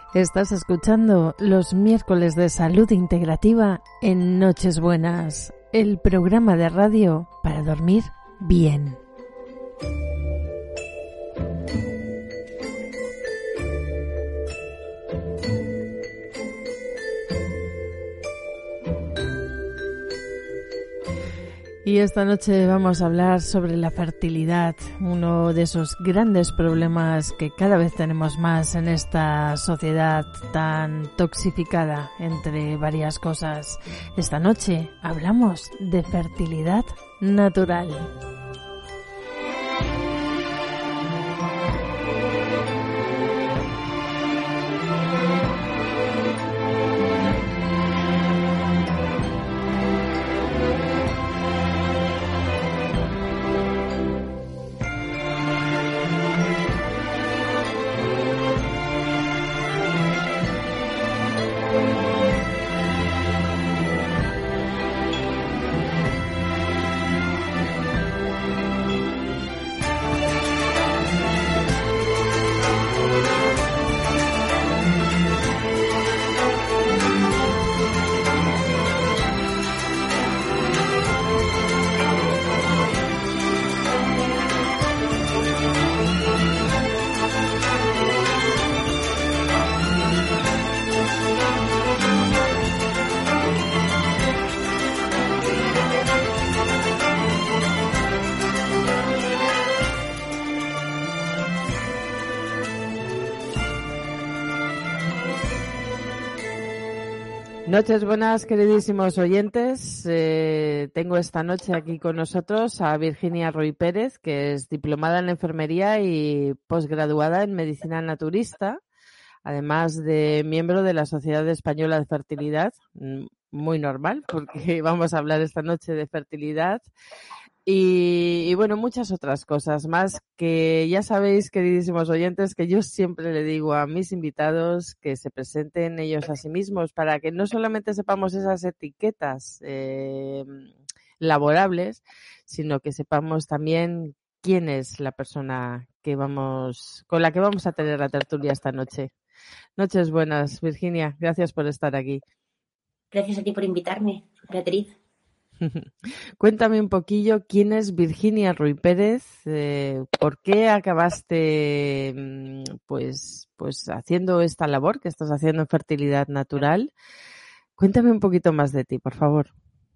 Estás escuchando los miércoles de salud integrativa en Noches Buenas, el programa de radio para dormir bien. Y esta noche vamos a hablar sobre la fertilidad, uno de esos grandes problemas que cada vez tenemos más en esta sociedad tan toxificada entre varias cosas. Esta noche hablamos de fertilidad natural. Noches buenas, queridísimos oyentes. Tengo esta noche aquí con nosotros a Virginia Ruy Pérez, que es diplomada en enfermería y posgraduada en medicina naturista, además de miembro de la Sociedad Española de Fertilidad. Muy normal, porque vamos a hablar esta noche de fertilidad. Y bueno, muchas otras cosas más que ya sabéis, queridísimos oyentes, que yo siempre le digo a mis invitados que se presenten ellos a sí mismos para que no solamente sepamos esas etiquetas laborables, sino que sepamos también quién es la persona con la que vamos a tener la tertulia esta noche. Noches buenas, Virginia. Gracias por estar aquí. Gracias a ti por invitarme, Beatriz. Cuéntame un poquillo quién es Virginia Ruy Pérez, por qué acabaste pues haciendo esta labor que estás haciendo en fertilidad natural. Cuéntame un poquito más de ti, por favor.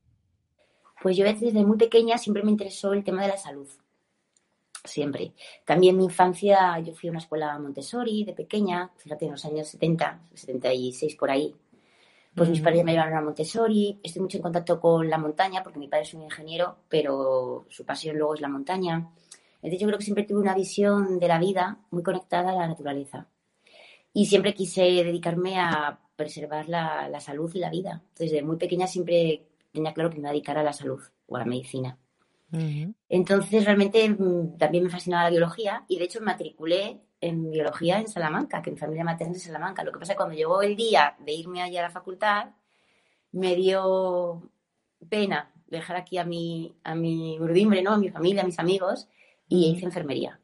Pues yo desde muy pequeña siempre me interesó el tema de la salud, siempre. También en mi infancia yo fui a una escuela Montessori de pequeña, fíjate, en los años 70, 76 por ahí. Pues mis padres me llevaron a Montessori, estoy mucho en contacto con la montaña porque mi padre es un ingeniero, pero su pasión luego es la montaña. Entonces yo creo que siempre tuve una visión de la vida muy conectada a la naturaleza. Y siempre quise dedicarme a preservar la salud y la vida. Entonces desde muy pequeña siempre tenía claro que me iba a dedicar a la salud o a la medicina. Entonces realmente también me fascinaba la biología y de hecho me matriculé en biología en Salamanca, que mi familia materna es de Salamanca. Lo que pasa es que cuando llegó el día de irme allá a la facultad, me dio pena dejar aquí a mi urdimbre, ¿no? A mi familia, a mis amigos, y hice enfermería.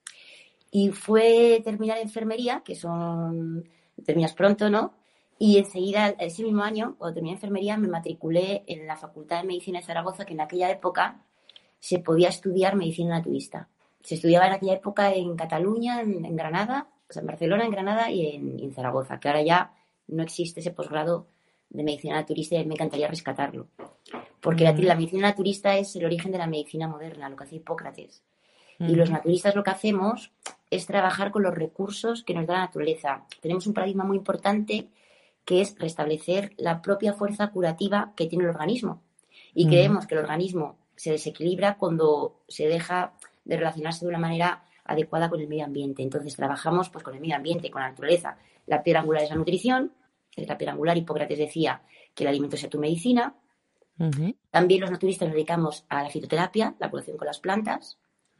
Y fue terminar enfermería, que terminas pronto, ¿no? Y enseguida, ese mismo año, cuando terminé enfermería, me matriculé en la Facultad de Medicina de Zaragoza, que en aquella época se podía estudiar medicina naturista. Se estudiaba en aquella época en Cataluña, en Granada, o sea, en Barcelona, en Granada y en Zaragoza, que ahora ya no existe ese posgrado de medicina naturista y me encantaría rescatarlo. Porque la medicina naturista es el origen de la medicina moderna, lo que hacía Hipócrates. Y los naturistas lo que hacemos es trabajar con los recursos que nos da la naturaleza. Tenemos un paradigma muy importante que es restablecer la propia fuerza curativa que tiene el organismo. Y creemos que el organismo se desequilibra cuando se deja de relacionarse de una manera adecuada con el medio ambiente. Entonces trabajamos pues con el medio ambiente, con la naturaleza. La piedra angular es la nutrición. Es la piedra angular. Hipócrates decía que el alimento sea tu medicina. También los naturistas nos dedicamos a la fitoterapia, la curación con las plantas.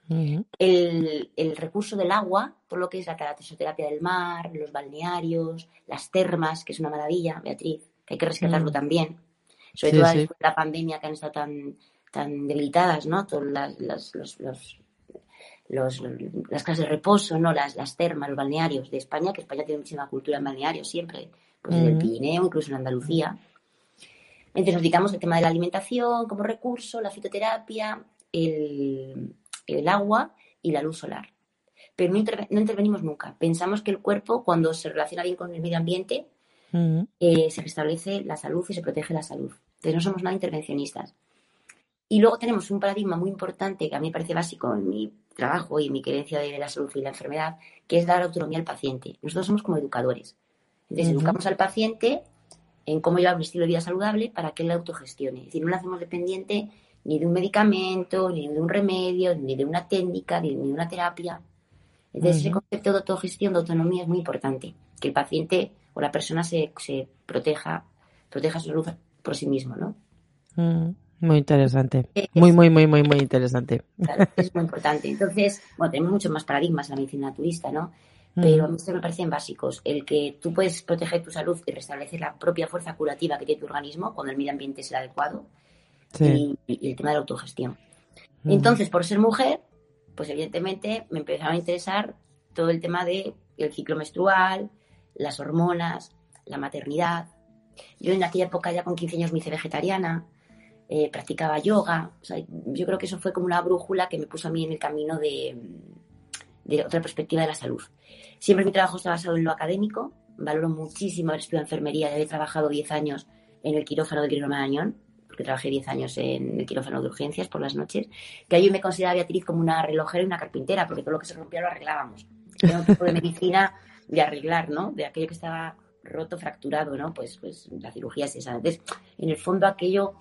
El recurso del agua, todo lo que es la catasoterapia del mar, los balnearios, las termas, que es una maravilla, Beatriz, que hay que rescatarlo también. Sobre todo después de la pandemia, que han estado tan debilitadas, ¿no? Todas las casas de reposo, ¿no? Las termas, los balnearios de España, que España tiene muchísima cultura en balnearios siempre, pues desde el Pirineo, incluso en Andalucía. Entonces nos dedicamos al tema de la alimentación como recurso, la fitoterapia, el agua y la luz solar. Pero no intervenimos nunca. Pensamos que el cuerpo, cuando se relaciona bien con el medio ambiente, se restablece la salud y se protege la salud. Entonces no somos nada intervencionistas. Y luego tenemos un paradigma muy importante que a mí me parece básico en mi trabajo y en mi creencia de la salud y la enfermedad, que es dar autonomía al paciente. Nosotros somos como educadores. Entonces educamos al paciente en cómo llevar un estilo de vida saludable para que él la autogestione. Es decir, no lo hacemos dependiente ni de un medicamento, ni de un remedio, ni de una técnica, ni de una terapia. Entonces ese concepto de autogestión, de autonomía es muy importante. Que el paciente o la persona se proteja su salud por sí mismo, ¿no? Muy interesante. Muy interesante. Claro, es muy importante. Entonces, bueno, tenemos muchos más paradigmas en la medicina naturista, ¿no? Pero a mí estos me parecen básicos. El que tú puedes proteger tu salud y restablecer la propia fuerza curativa que tiene tu organismo cuando el medio ambiente es el adecuado. Sí. Y el tema de la autogestión. Entonces, por ser mujer, pues evidentemente me empezaba a interesar todo el tema del ciclo menstrual, las hormonas, la maternidad. Yo en aquella época ya con 15 años me hice vegetariana, practicaba yoga. O sea, yo creo que eso fue como una brújula que me puso a mí en el camino de otra perspectiva de la salud. Siempre mi trabajo está basado en lo académico. Valoro muchísimo haber estudiado enfermería y haber trabajado 10 años en el quirófano de Guillermo Marañón, porque trabajé 10 años en el quirófano de urgencias por las noches, que ahí yo me consideraba Beatriz como una relojera y una carpintera, porque todo lo que se rompía lo arreglábamos. Era un tipo de medicina de arreglar, ¿no? De aquello que estaba roto, fracturado, ¿no? Pues la cirugía es esa. Entonces, en el fondo aquello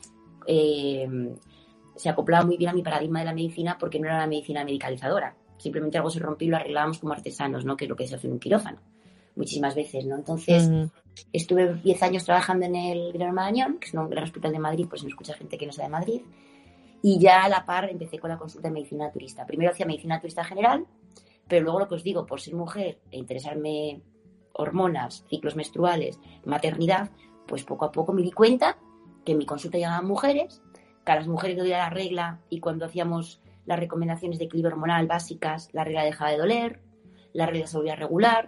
se acoplaba muy bien a mi paradigma de la medicina porque no era una medicina medicalizadora. Simplemente algo se rompió y lo arreglábamos como artesanos, ¿no? Que es lo que se hace en un quirófano muchísimas veces, ¿no? Entonces, estuve 10 años trabajando en el Guillermo Marañón, que es un gran hospital de Madrid, pues me escucha gente que no sea de Madrid, y ya a la par empecé con la consulta de medicina naturista. Primero hacía medicina naturista general, pero luego lo que os digo, por ser mujer e interesarme hormonas, ciclos menstruales, maternidad, pues poco a poco me di cuenta que en mi consulta llegaban mujeres, que a las mujeres le dolía la regla y cuando hacíamos las recomendaciones de equilibrio hormonal básicas, la regla dejaba de doler, la regla se volvía regular.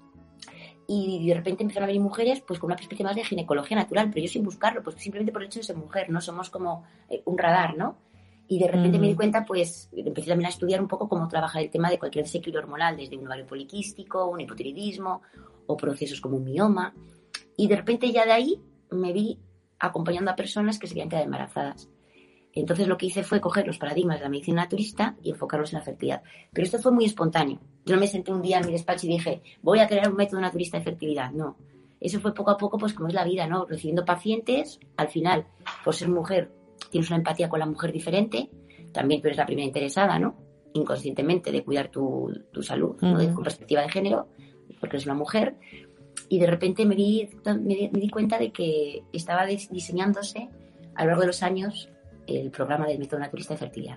Y de repente empezaron a venir mujeres pues con una perspectiva más de ginecología natural, pero yo sin buscarlo, pues simplemente por el hecho de ser mujer, ¿no? Somos como un radar, ¿no? Y de repente me di cuenta, pues empecé también a estudiar un poco cómo trabajar el tema de cualquier desequilibrio hormonal, desde un ovario poliquístico, un hipotiroidismo o procesos como un mioma. Y de repente ya de ahí me vi acompañando a personas que se querían quedar embarazadas. Entonces lo que hice fue coger los paradigmas de la medicina naturista y enfocarlos en la fertilidad. Pero esto fue muy espontáneo. Yo no me senté un día en mi despacho y dije, voy a crear un método naturista de fertilidad. No. Eso fue poco a poco, pues como es la vida, ¿no? Recibiendo pacientes, al final, por ser mujer, tienes una empatía con la mujer diferente. También tú eres la primera interesada, ¿no? Inconscientemente, de cuidar tu salud, ¿no? Con perspectiva de género, porque eres una mujer. Y de repente me di cuenta de que estaba diseñándose a lo largo de los años el programa del método naturista de fertilidad.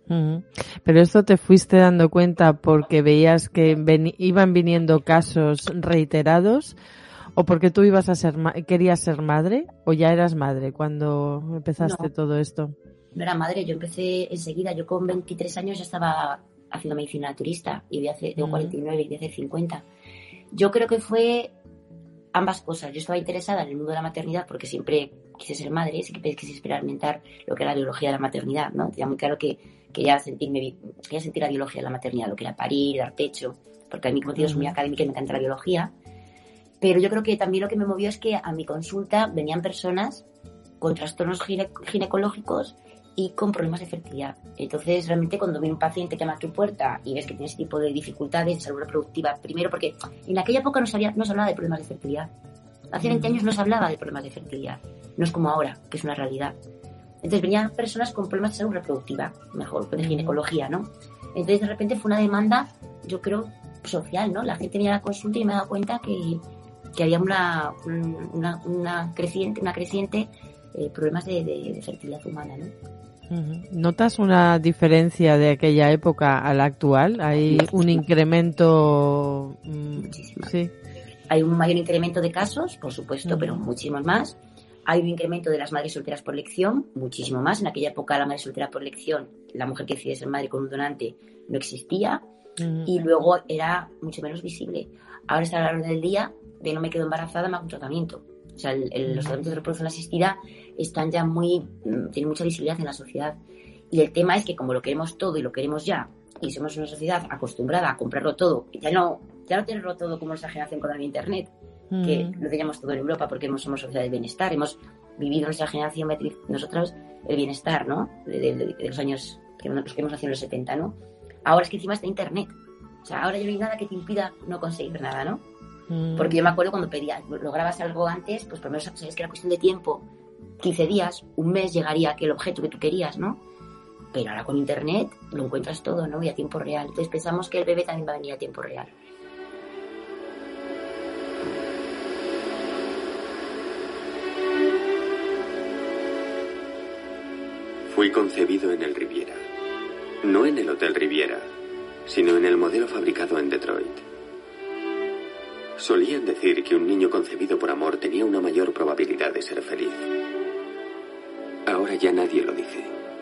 Pero esto te fuiste dando cuenta porque veías que iban viniendo casos reiterados o porque tú ibas a querías ser madre o ya eras madre cuando empezaste todo esto. No era madre, yo empecé enseguida. Yo con 23 años ya estaba haciendo medicina naturista y tengo 49 y de hace 50. Yo creo que fue ambas cosas. Yo estaba interesada en el mundo de la maternidad porque siempre quise ser madre, siempre quise experimentar lo que era la biología de la maternidad, ¿no? Tenía muy claro que quería sentir la biología de la maternidad, lo que era parir, dar pecho, porque a mí como tío soy muy académica y me encanta la biología. Pero yo creo que también lo que me movió es que a mi consulta venían personas con trastornos ginecológicos y con problemas de fertilidad. Entonces, realmente, cuando viene un paciente que llama a tu puerta y ves que tiene ese tipo de dificultades de salud reproductiva, primero porque en aquella época no se hablaba de problemas de fertilidad. Hace 20 años no se hablaba de problemas de fertilidad. No es como ahora, que es una realidad. Entonces, venían personas con problemas de salud reproductiva, mejor, de ginecología, ¿no? Entonces, de repente, fue una demanda, yo creo, social, ¿no? La gente venía a la consulta y me he dado cuenta que había una creciente problemas de fertilidad humana, ¿no? ¿Notas una diferencia de aquella época a la actual? ¿Hay un incremento? Muchísimo. Sí. Hay un mayor incremento de casos, por supuesto, pero muchísimos más. Hay un incremento de las madres solteras por elección, muchísimo más. En aquella época la madre soltera por elección, la mujer que decide ser madre con un donante no existía y luego era mucho menos visible. Ahora está a la orden del día de no me quedo embarazada, me hago un tratamiento. O sea, los tratamientos de reproducción asistida están ya tienen mucha visibilidad en la sociedad. Y el tema es que como lo queremos todo y lo queremos ya, y somos una sociedad acostumbrada a comprarlo todo, ya no tenerlo todo como nuestra generación con el internet, que lo teníamos todo en Europa porque somos sociedad de bienestar, hemos vivido nuestra generación, Beatriz, nosotros, el bienestar, ¿no? De los años, los que hemos nacido en los 70, ¿no? Ahora es que encima está internet. O sea, ahora ya no hay nada que te impida no conseguir nada, ¿no? Porque yo me acuerdo cuando lograbas algo antes, pues por lo menos sabes que era cuestión de tiempo, 15 días, un mes llegaría aquel objeto que tú querías, ¿no? Pero ahora con internet lo encuentras todo, ¿no? Y a tiempo real. Entonces pensamos que el bebé también va a venir a tiempo real. Fui concebido en el Riviera. No en el Hotel Riviera, sino en el modelo fabricado en Detroit. Solían decir que un niño concebido por amor tenía una mayor probabilidad de ser feliz. Ahora ya nadie lo dice.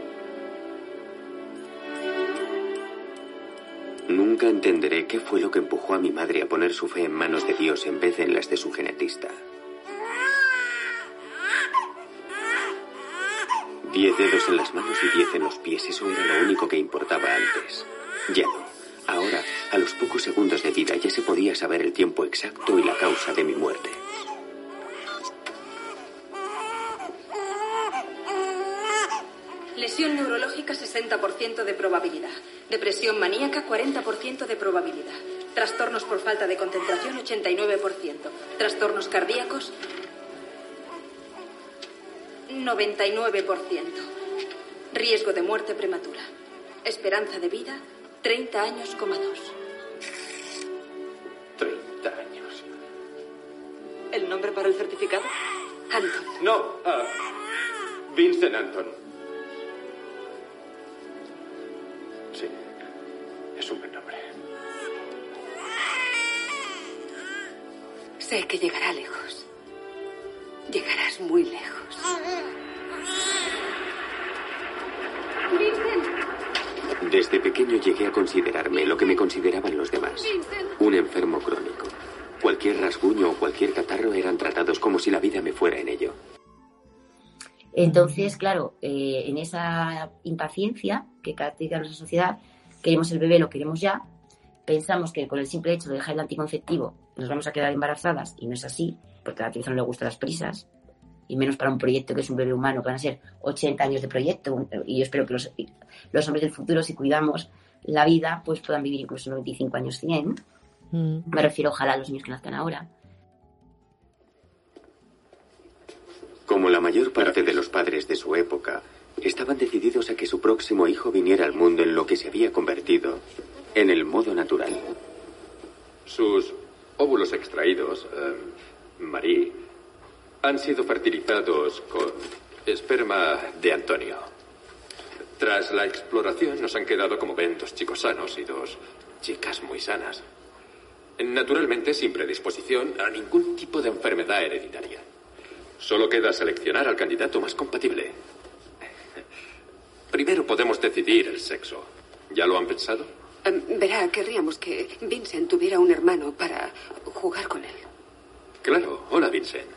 Nunca entenderé qué fue lo que empujó a mi madre a poner su fe en manos de Dios en vez de en las de su genetista. 10 dedos en las manos y 10 en los pies, eso era lo único que importaba antes. Ya no. Ahora, a los pocos segundos de vida, ya se podía saber el tiempo exacto y la causa de mi muerte. Lesión neurológica, 60% de probabilidad. Depresión maníaca, 40% de probabilidad. Trastornos por falta de concentración, 89%. Trastornos cardíacos, 99%. Riesgo de muerte prematura. Esperanza de vida, 30 años, 2. 30 años. ¿El nombre para el certificado? Anton. No, Vincent Anton. Sí, es un buen nombre. Sé que llegará lejos. Llegarás muy lejos. Desde pequeño llegué a considerarme lo que me consideraban los demás. Un enfermo crónico. Cualquier rasguño o cualquier catarro eran tratados como si la vida me fuera en ello. Entonces, claro, en esa impaciencia que caracteriza a nuestra sociedad, queremos el bebé, lo queremos ya, pensamos que con el simple hecho de dejar el anticonceptivo nos vamos a quedar embarazadas, y no es así, porque a la naturaleza no le gustan las prisas, y menos para un proyecto que es un bebé humano, que van a ser 80 años de proyecto, y yo espero que los hombres del futuro, si cuidamos la vida, pues puedan vivir incluso 95 años 100. Me refiero, ojalá, a los niños que nazcan ahora. Como la mayor parte de los padres de su época, estaban decididos a que su próximo hijo viniera al mundo en lo que se había convertido en el modo natural. Sus óvulos extraídos, Marie, han sido fertilizados con esperma de Antonio. Tras la exploración nos han quedado, como ven, 2 chicos sanos y 2 chicas muy sanas. Naturalmente sin predisposición a ningún tipo de enfermedad hereditaria. Solo queda seleccionar al candidato más compatible. Primero podemos decidir el sexo. ¿Ya lo han pensado? Verá, querríamos que Vincent tuviera un hermano para jugar con él. Claro. Hola, Vincent.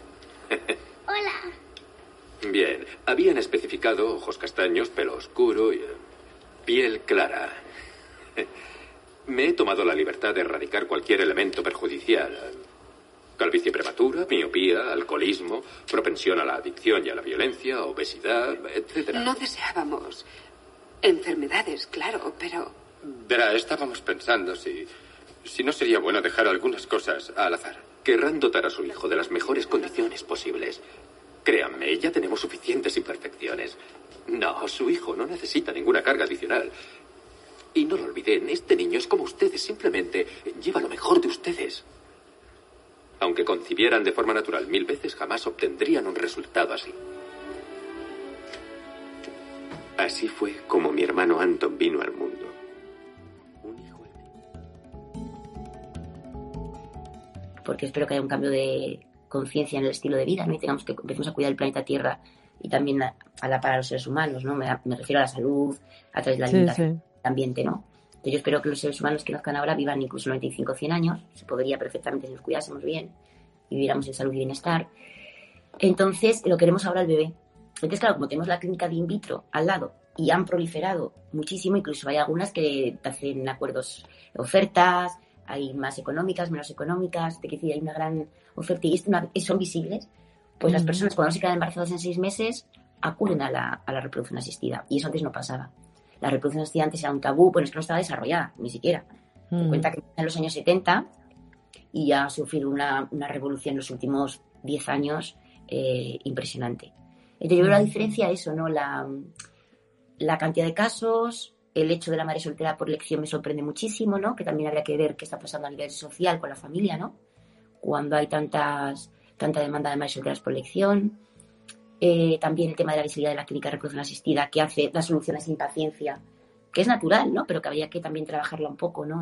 Hola. Bien. Habían especificado ojos castaños, pelo oscuro y piel clara. Me he tomado la libertad de erradicar cualquier elemento perjudicial. Calvicie prematura, miopía, alcoholismo, propensión a la adicción y a la violencia, obesidad, etc. No deseábamos enfermedades, claro, pero... Verá, estábamos pensando si no sería bueno dejar algunas cosas al azar. Querrán dotar a su hijo de las mejores condiciones posibles. Créanme, ya tenemos suficientes imperfecciones. No, su hijo no necesita ninguna carga adicional. Y no lo olviden, este niño es como ustedes, simplemente lleva lo mejor de ustedes. Aunque concibieran de forma natural 1000 veces, jamás obtendrían un resultado así. Así fue como mi hermano Anton vino al mundo. Un hijo. Porque espero que haya un cambio de conciencia en el estilo de vida, ¿no? Y tengamos que empecemos a cuidar el planeta Tierra y también para los seres humanos, ¿no? Me refiero a la salud, a través de la alimentación, el ambiente, ¿no? Entonces yo espero que los seres humanos que nazcan ahora vivan incluso 95 o 100 años, se podría perfectamente si nos cuidásemos bien y viviéramos en salud y bienestar. Entonces lo queremos ahora al bebé. Entonces, claro, como tenemos la clínica de in vitro al lado y han proliferado muchísimo, incluso hay algunas que hacen acuerdos, ofertas, hay más económicas, menos económicas, es decir, hay una gran oferta y son visibles, pues las personas cuando se quedan embarazadas en 6 meses acuden a la reproducción asistida, y eso antes no pasaba. La reproducción asistida antes era un tabú, pues es que no estaba desarrollada, ni siquiera. Te cuenta que en los años 70 y ha sufrido una revolución en los últimos 10 años impresionante. Entonces yo veo la diferencia, eso, ¿no? La cantidad de casos, el hecho de la madre soltera por elección me sorprende muchísimo, ¿no? Que también habría que ver qué está pasando a nivel social con la familia, ¿no? Cuando hay tanta demanda de madres solteras por elección. También el tema de la visibilidad de la clínica de reproducción asistida, que hace las soluciones sin paciencia, que es natural, ¿no? Pero que habría que también trabajarla un poco, ¿no?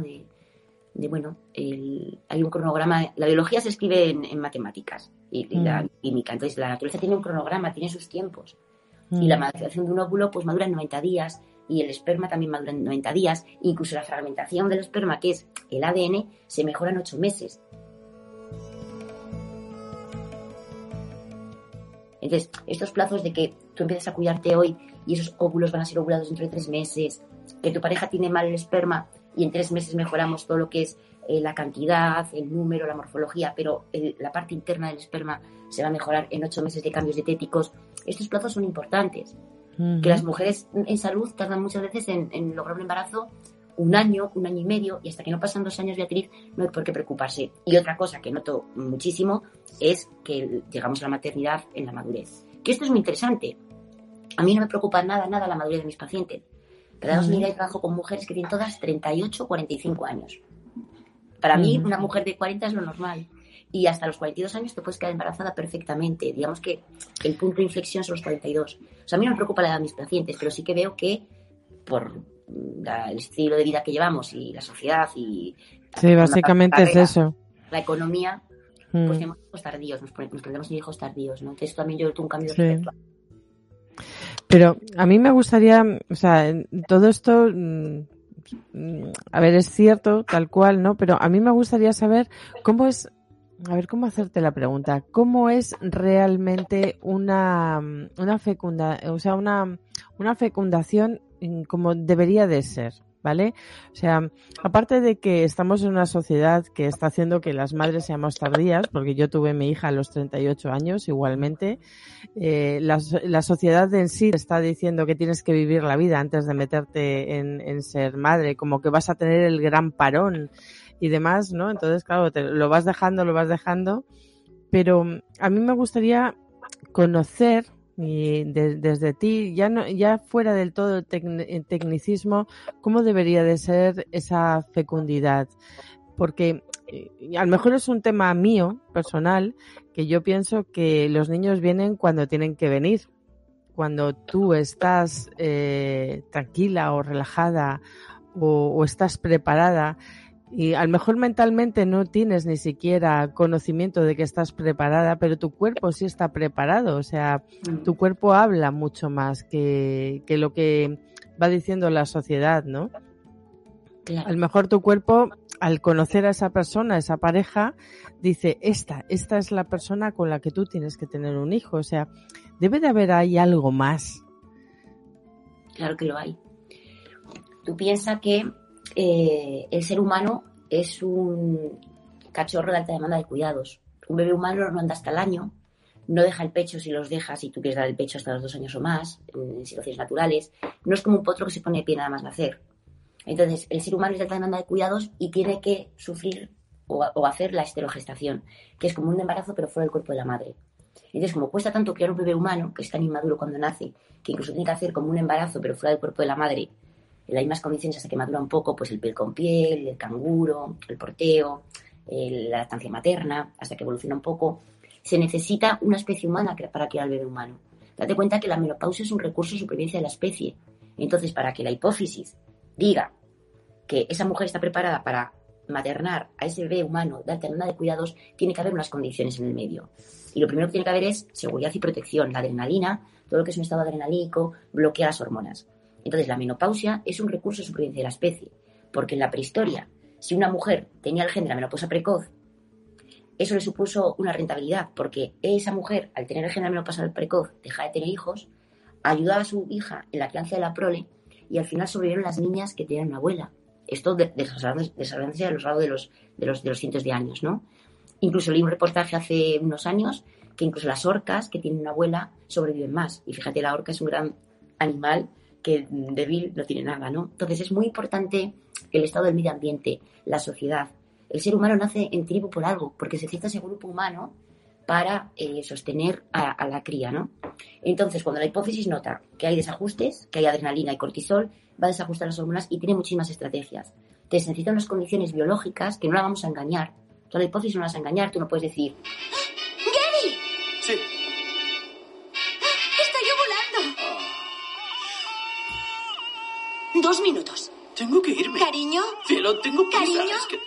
Hay un cronograma. La biología se escribe en matemáticas y la química. Entonces, la naturaleza tiene un cronograma, tiene sus tiempos. Y la maduración de un óvulo, pues madura en 90 días. Y el esperma también madura en 90 días. Incluso la fragmentación del esperma, que es el ADN, se mejora en 8 meses. Entonces, estos plazos de que tú empiezas a cuidarte hoy y esos óvulos van a ser ovulados dentro de 3 meses, que tu pareja tiene mal el esperma y en 3 meses mejoramos todo lo que es la cantidad, el número, la morfología, pero la parte interna del esperma se va a mejorar en 8 meses de cambios dietéticos. Estos plazos son importantes. Que las mujeres en salud tardan muchas veces en lograr un embarazo 1 año, 1 año y medio, y hasta que no pasan 2 años, Beatriz, no hay por qué preocuparse. Y otra cosa que noto muchísimo es que llegamos a la maternidad en la madurez. Que esto es muy interesante. A mí no me preocupa nada la madurez de mis pacientes. Pero damos una idea, trabajo con mujeres que tienen todas 38 o 45 años. Para mí, una mujer de 40 es lo normal. Y hasta los 42 años te puedes quedar embarazada perfectamente. Digamos que el punto de inflexión son los 42. O sea, a mí no me preocupa la edad de mis pacientes, pero sí que veo que por el estilo de vida que llevamos y la sociedad y... Sí, básicamente carrera, es eso. La economía, pues tenemos hijos tardíos, nos planteamos hijos tardíos, ¿no? Entonces también yo veo un cambio respecto a... Pero a mí me gustaría, o sea, todo esto, a ver, es cierto, tal cual, ¿no? Pero a mí me gustaría saber cómo es, a ver, cómo hacerte la pregunta, cómo es realmente una fecundación como debería de ser, ¿vale? O sea, aparte de que estamos en una sociedad que está haciendo que las madres seamos tardías, porque yo tuve mi hija a los 38 años igualmente, la sociedad en sí te está diciendo que tienes que vivir la vida antes de meterte en ser madre, como que vas a tener el gran parón y demás, ¿no? Entonces, claro, lo vas dejando, pero a mí me gustaría conocer y desde ti, ya fuera del todo el tecnicismo, ¿cómo debería de ser esa fecundidad? Porque a lo mejor es un tema mío, personal, que yo pienso que los niños vienen cuando tienen que venir. Cuando tú estás tranquila o relajada o estás preparada, y a lo mejor mentalmente no tienes ni siquiera conocimiento de que estás preparada, pero tu cuerpo sí está preparado. O sea, tu cuerpo habla mucho más que lo que va diciendo la sociedad, ¿no? Claro. A lo mejor tu cuerpo, al conocer a esa persona, a esa pareja, dice, esta es la persona con la que tú tienes que tener un hijo. O sea, debe de haber ahí algo más. Claro que lo hay. Tú piensas que el ser humano es un cachorro de alta demanda de cuidados. Un bebé humano no anda hasta el año, no deja el pecho si los dejas, si tú quieres dar el pecho hasta los 2 años o más, en situaciones naturales. No es como un potro que se pone de pie nada más nacer. Entonces, el ser humano es de alta demanda de cuidados y tiene que sufrir o hacer la esterogestación, que es como un embarazo pero fuera del cuerpo de la madre. Entonces, como cuesta tanto criar un bebé humano, que es tan inmaduro cuando nace, que incluso tiene que hacer como un embarazo pero fuera del cuerpo de la madre, en las mismas condiciones hasta que madura un poco, pues el piel con piel, el canguro, el porteo, la lactancia materna, hasta que evoluciona un poco, se necesita una especie humana para criar al bebé humano. Date cuenta que la menopausia es un recurso de supervivencia de la especie. Entonces, para que la hipófisis diga que esa mujer está preparada para maternar a ese bebé humano de alta demanda de cuidados, tiene que haber unas condiciones en el medio. Y lo primero que tiene que haber es seguridad y protección. La adrenalina todo lo que es un estado adrenalínico, bloquea las hormonas. Entonces, la menopausia es un recurso de supervivencia de la especie, porque en la prehistoria, si una mujer tenía el gen de la menopausia precoz, eso le supuso una rentabilidad, porque esa mujer, al tener el gen de la menopausia precoz, deja de tener hijos, ayudaba a su hija en la crianza de la prole y al final sobrevivieron las niñas que tenían una abuela. Esto desarrollándose a lo largo de los cientos de años, ¿no? Incluso leí un reportaje hace unos años que incluso las orcas que tienen una abuela sobreviven más. Y fíjate, la orca es un gran animal que débil no tiene nada, ¿no? Entonces es muy importante el estado del medio ambiente, la sociedad. El ser humano nace en tribu por algo, porque se necesita ese grupo humano para sostener a la cría, ¿no? Entonces, cuando la hipófisis nota que hay desajustes, que hay adrenalina y cortisol, va a desajustar las hormonas y tiene muchísimas estrategias. Entonces, se necesitan unas condiciones biológicas que no la vamos a engañar. O sea, la hipófisis no la vas a engañar, tú no puedes decir... ¡Gary! Sí. ¡Estoy ovulando! 2 minutos. Tengo que irme. ¿Cariño? Cielo, tengo prisa. ¿Cariño? Es que...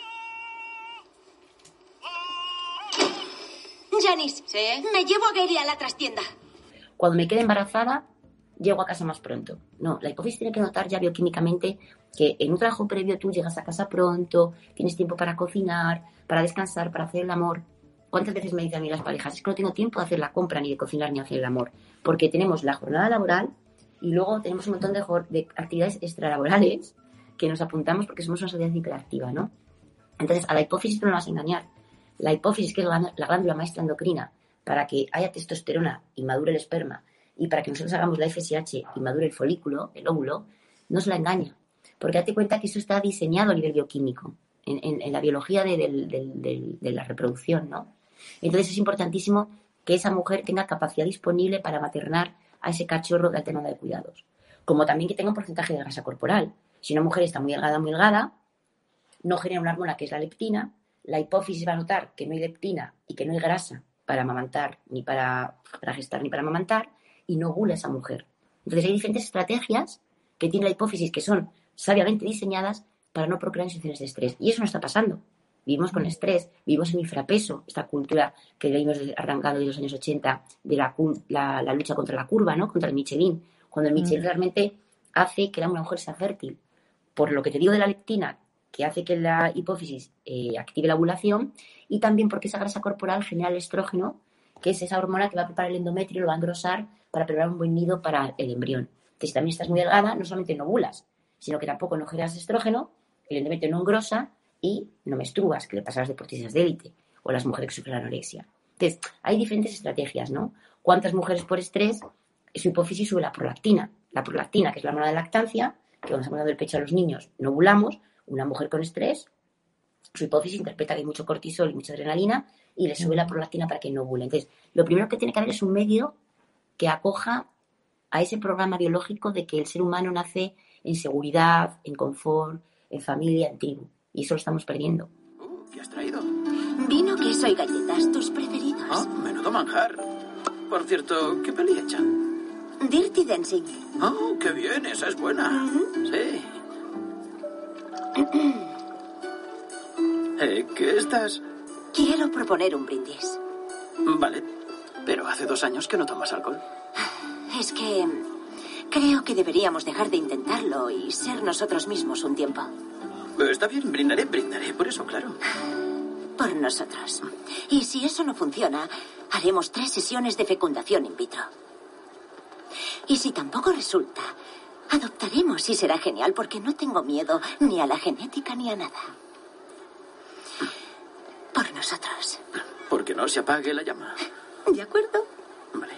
Janice, ¿Sí? me llevo a Gary a la trastienda. Cuando me quede embarazada, llego a casa más pronto. No, la hipófisis tiene que notar ya bioquímicamente que en un trabajo previo tú llegas a casa pronto, tienes tiempo para cocinar, para descansar, para hacer el amor. ¿Cuántas veces me dicen a mí las parejas? Es que no tengo tiempo de hacer la compra, ni de cocinar, ni de hacer el amor. Porque tenemos la jornada laboral y luego tenemos un montón de actividades extralaborales que nos apuntamos porque somos una sociedad hiperactiva, ¿no? Entonces, a la hipófisis tú no la vas a engañar. La hipófisis, que es la glándula maestra endocrina, para que haya testosterona y madure el esperma, y para que nosotros hagamos la FSH y madure el folículo, el óvulo, no se la engaña. Porque date cuenta que eso está diseñado a nivel bioquímico, en la biología de la reproducción, ¿no? Entonces es importantísimo que esa mujer tenga capacidad disponible para maternar a ese cachorro de alta demanda de cuidados. Como también que tenga un porcentaje de grasa corporal. Si una mujer está muy delgada, no genera una hormona que es la leptina. La hipófisis va a notar que no hay leptina y que no hay grasa para amamantar, ni para gestar, ni para amamantar, y no ovula esa mujer. Entonces hay diferentes estrategias que tiene la hipófisis que son sabiamente diseñadas para no procrear en situaciones de estrés. Y eso no está pasando. Vivimos con estrés, vivimos en infrapeso, esta cultura que venimos arrancando de los años 80 de la lucha contra la curva, ¿no? Contra el Michelin. Cuando el Michelin realmente hace que la mujer sea fértil. Por lo que te digo de la leptina, que hace que la hipófisis active la ovulación, y también porque esa grasa corporal genera el estrógeno, que es esa hormona que va a preparar el endometrio, lo va a engrosar para preparar un buen nido para el embrión. Entonces, si también estás muy delgada, no solamente no ovulas, sino que tampoco no generas estrógeno, el endometrio no engrosa y no menstruas, que le pasa a las deportistas de élite o a las mujeres que sufren anorexia. Entonces, hay diferentes estrategias, ¿no? ¿Cuántas mujeres por estrés su hipófisis sube la prolactina? La prolactina, que es la hormona de lactancia, que cuando estamos dando el pecho a los niños no ovulamos. Una mujer con estrés, su hipófisis interpreta que hay mucho cortisol y mucha adrenalina y le sube la prolactina para que no ovule. Entonces, lo primero que tiene que haber es un medio que acoja a ese programa biológico de que el ser humano nace en seguridad, en confort, en familia, en tribu. Y eso lo estamos perdiendo. ¿Qué has traído? Vino, queso y galletas, tus preferidos. Ah, menudo manjar. Por cierto, ¿qué peli echan? Dirty Dancing. Oh, qué bien, esa es buena. Sí. ¿Qué estás...? Quiero proponer un brindis. Vale, pero hace 2 años que no tomas alcohol. Es que creo que deberíamos dejar de intentarlo y ser nosotros mismos un tiempo. Está bien, brindaré, por eso, claro. Por nosotros. Y si eso no funciona, haremos 3 sesiones de fecundación in vitro. Y si tampoco resulta, adoptaremos y será genial porque no tengo miedo ni a la genética ni a nada. Por nosotros. Porque no se apague la llama. ¿De acuerdo? Vale.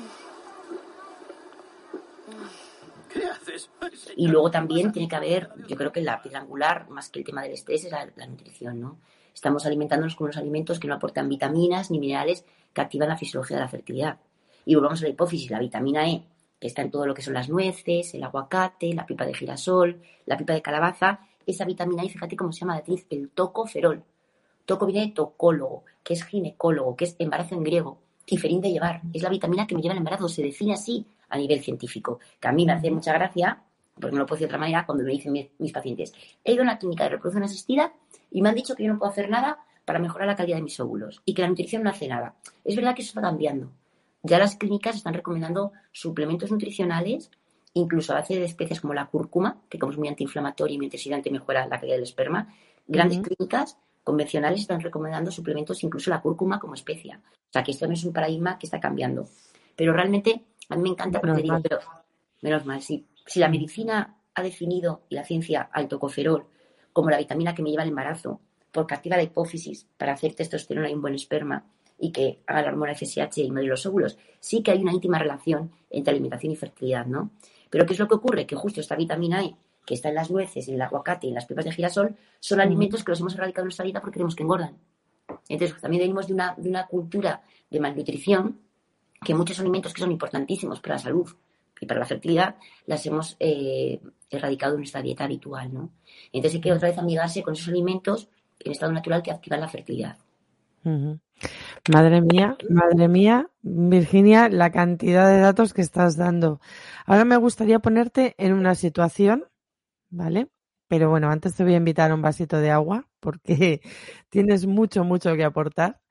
¿Qué haces? Y luego también tiene que haber, yo creo que la piedra angular, más que el tema del estrés, es la nutrición, ¿no? Estamos alimentándonos con unos alimentos que no aportan vitaminas ni minerales que activan la fisiología de la fertilidad. Y volvamos a la hipófisis, la vitamina E, que está en todo lo que son las nueces, el aguacate, la pipa de girasol, la pipa de calabaza. Esa vitamina E, fíjate cómo se llama la actriz, el tocoferol. Toco viene de tocólogo, que es ginecólogo, que es embarazo en griego, y ferín de llevar. Es la vitamina que me lleva el embarazo, se define así a nivel científico. Que a mí me hace mucha gracia, porque no lo puedo decir de otra manera, cuando me dicen mis pacientes, he ido a una clínica de reproducción asistida y me han dicho que yo no puedo hacer nada para mejorar la calidad de mis óvulos y que la nutrición no hace nada. Es verdad que eso está cambiando, Ya las clínicas están recomendando suplementos nutricionales, incluso a base de especias como la cúrcuma, que como es muy antiinflamatoria y muy antioxidante, mejora la calidad del esperma. Grandes clínicas convencionales están recomendando suplementos, incluso la cúrcuma como especia. O sea, que esto no es un paradigma que está cambiando. Pero realmente a mí me encanta porque digo, pero menos mal, si la medicina ha definido, y la ciencia, al tocoferol como la vitamina que me lleva al embarazo, porque activa la hipófisis para hacer testosterona y un buen esperma, y que haga la hormona FSH y medir los óvulos, sí que hay una íntima relación entre alimentación y fertilidad, ¿no? Pero ¿qué es lo que ocurre? Que justo esta vitamina E, que está en las nueces, en el aguacate y en las pepas de girasol, son alimentos que los hemos erradicado en nuestra dieta porque creemos que engordan. Entonces, también venimos de una cultura de malnutrición, que muchos alimentos que son importantísimos para la salud y para la fertilidad, las hemos erradicado en nuestra dieta habitual, ¿no? Entonces hay que otra vez amigarse con esos alimentos en estado natural que activan la fertilidad. Madre mía, Virginia, la cantidad de datos que estás dando. Ahora me gustaría ponerte en una situación, ¿vale? Pero bueno, antes te voy a invitar a un vasito de agua porque tienes mucho que aportar.